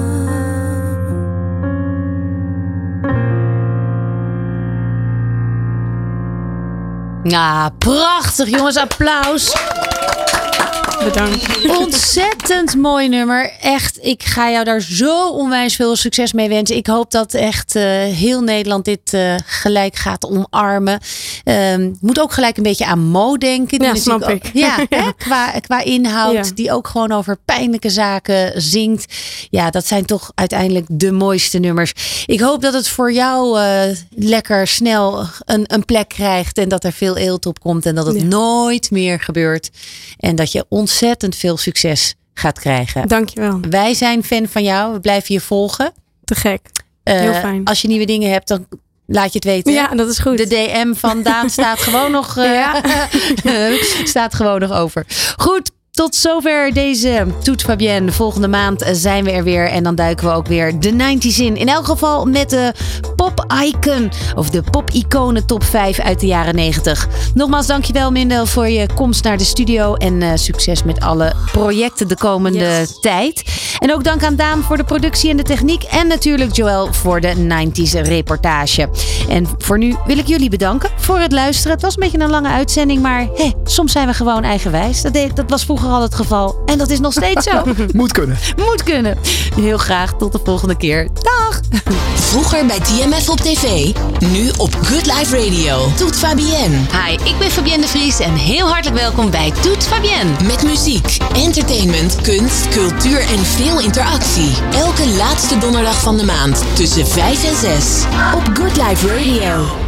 Ja, prachtig jongens, applaus. Bedankt. Ontzettend mooi nummer. Echt ik ga jou daar zo onwijs veel succes mee wensen. Ik hoop dat echt heel Nederland dit gelijk gaat omarmen. Moet ook gelijk een beetje aan Mo denken. Ja, snap ik. Ja, hè, qua inhoud. Die ook gewoon over pijnlijke zaken zingt. Ja, dat zijn toch uiteindelijk de mooiste nummers. Ik hoop dat het voor jou lekker snel een plek krijgt. En dat er veel eelt op komt. En dat het nooit meer gebeurt. En dat je ontzettend veel succes gaat krijgen. Dankjewel. Wij zijn fan van jou. We blijven je volgen. Te gek. Heel fijn. Als je nieuwe dingen hebt, dan laat je het weten. Ja, dat is goed. De DM van Daan staat gewoon nog, staat gewoon nog over. Goed. Tot zover deze Toet Fabienne. Volgende maand zijn we er weer. En dan duiken we ook weer de 90s in. In elk geval met de pop-icon. Of de pop-iconen top 5 uit de jaren 90. Nogmaals dankjewel Mindel voor je komst naar de studio. En succes met alle projecten de komende tijd. En ook dank aan Daan voor de productie en de techniek. En natuurlijk Joël voor de 90s reportage. En voor nu wil ik jullie bedanken voor het luisteren. Het was een beetje een lange uitzending. Maar soms zijn we gewoon eigenwijs. Dat was vroeger al het geval. En dat is nog steeds zo. Moet kunnen. Moet kunnen. Heel graag tot de volgende keer. Dag! Vroeger bij TMF op tv, nu op Good Life Radio. Toet Fabienne. Hi, ik ben Fabienne de Vries en heel hartelijk welkom bij Toet Fabienne. Met muziek, entertainment, kunst, cultuur en veel interactie. Elke laatste donderdag van de maand tussen 5 en 6 op Good Life Radio.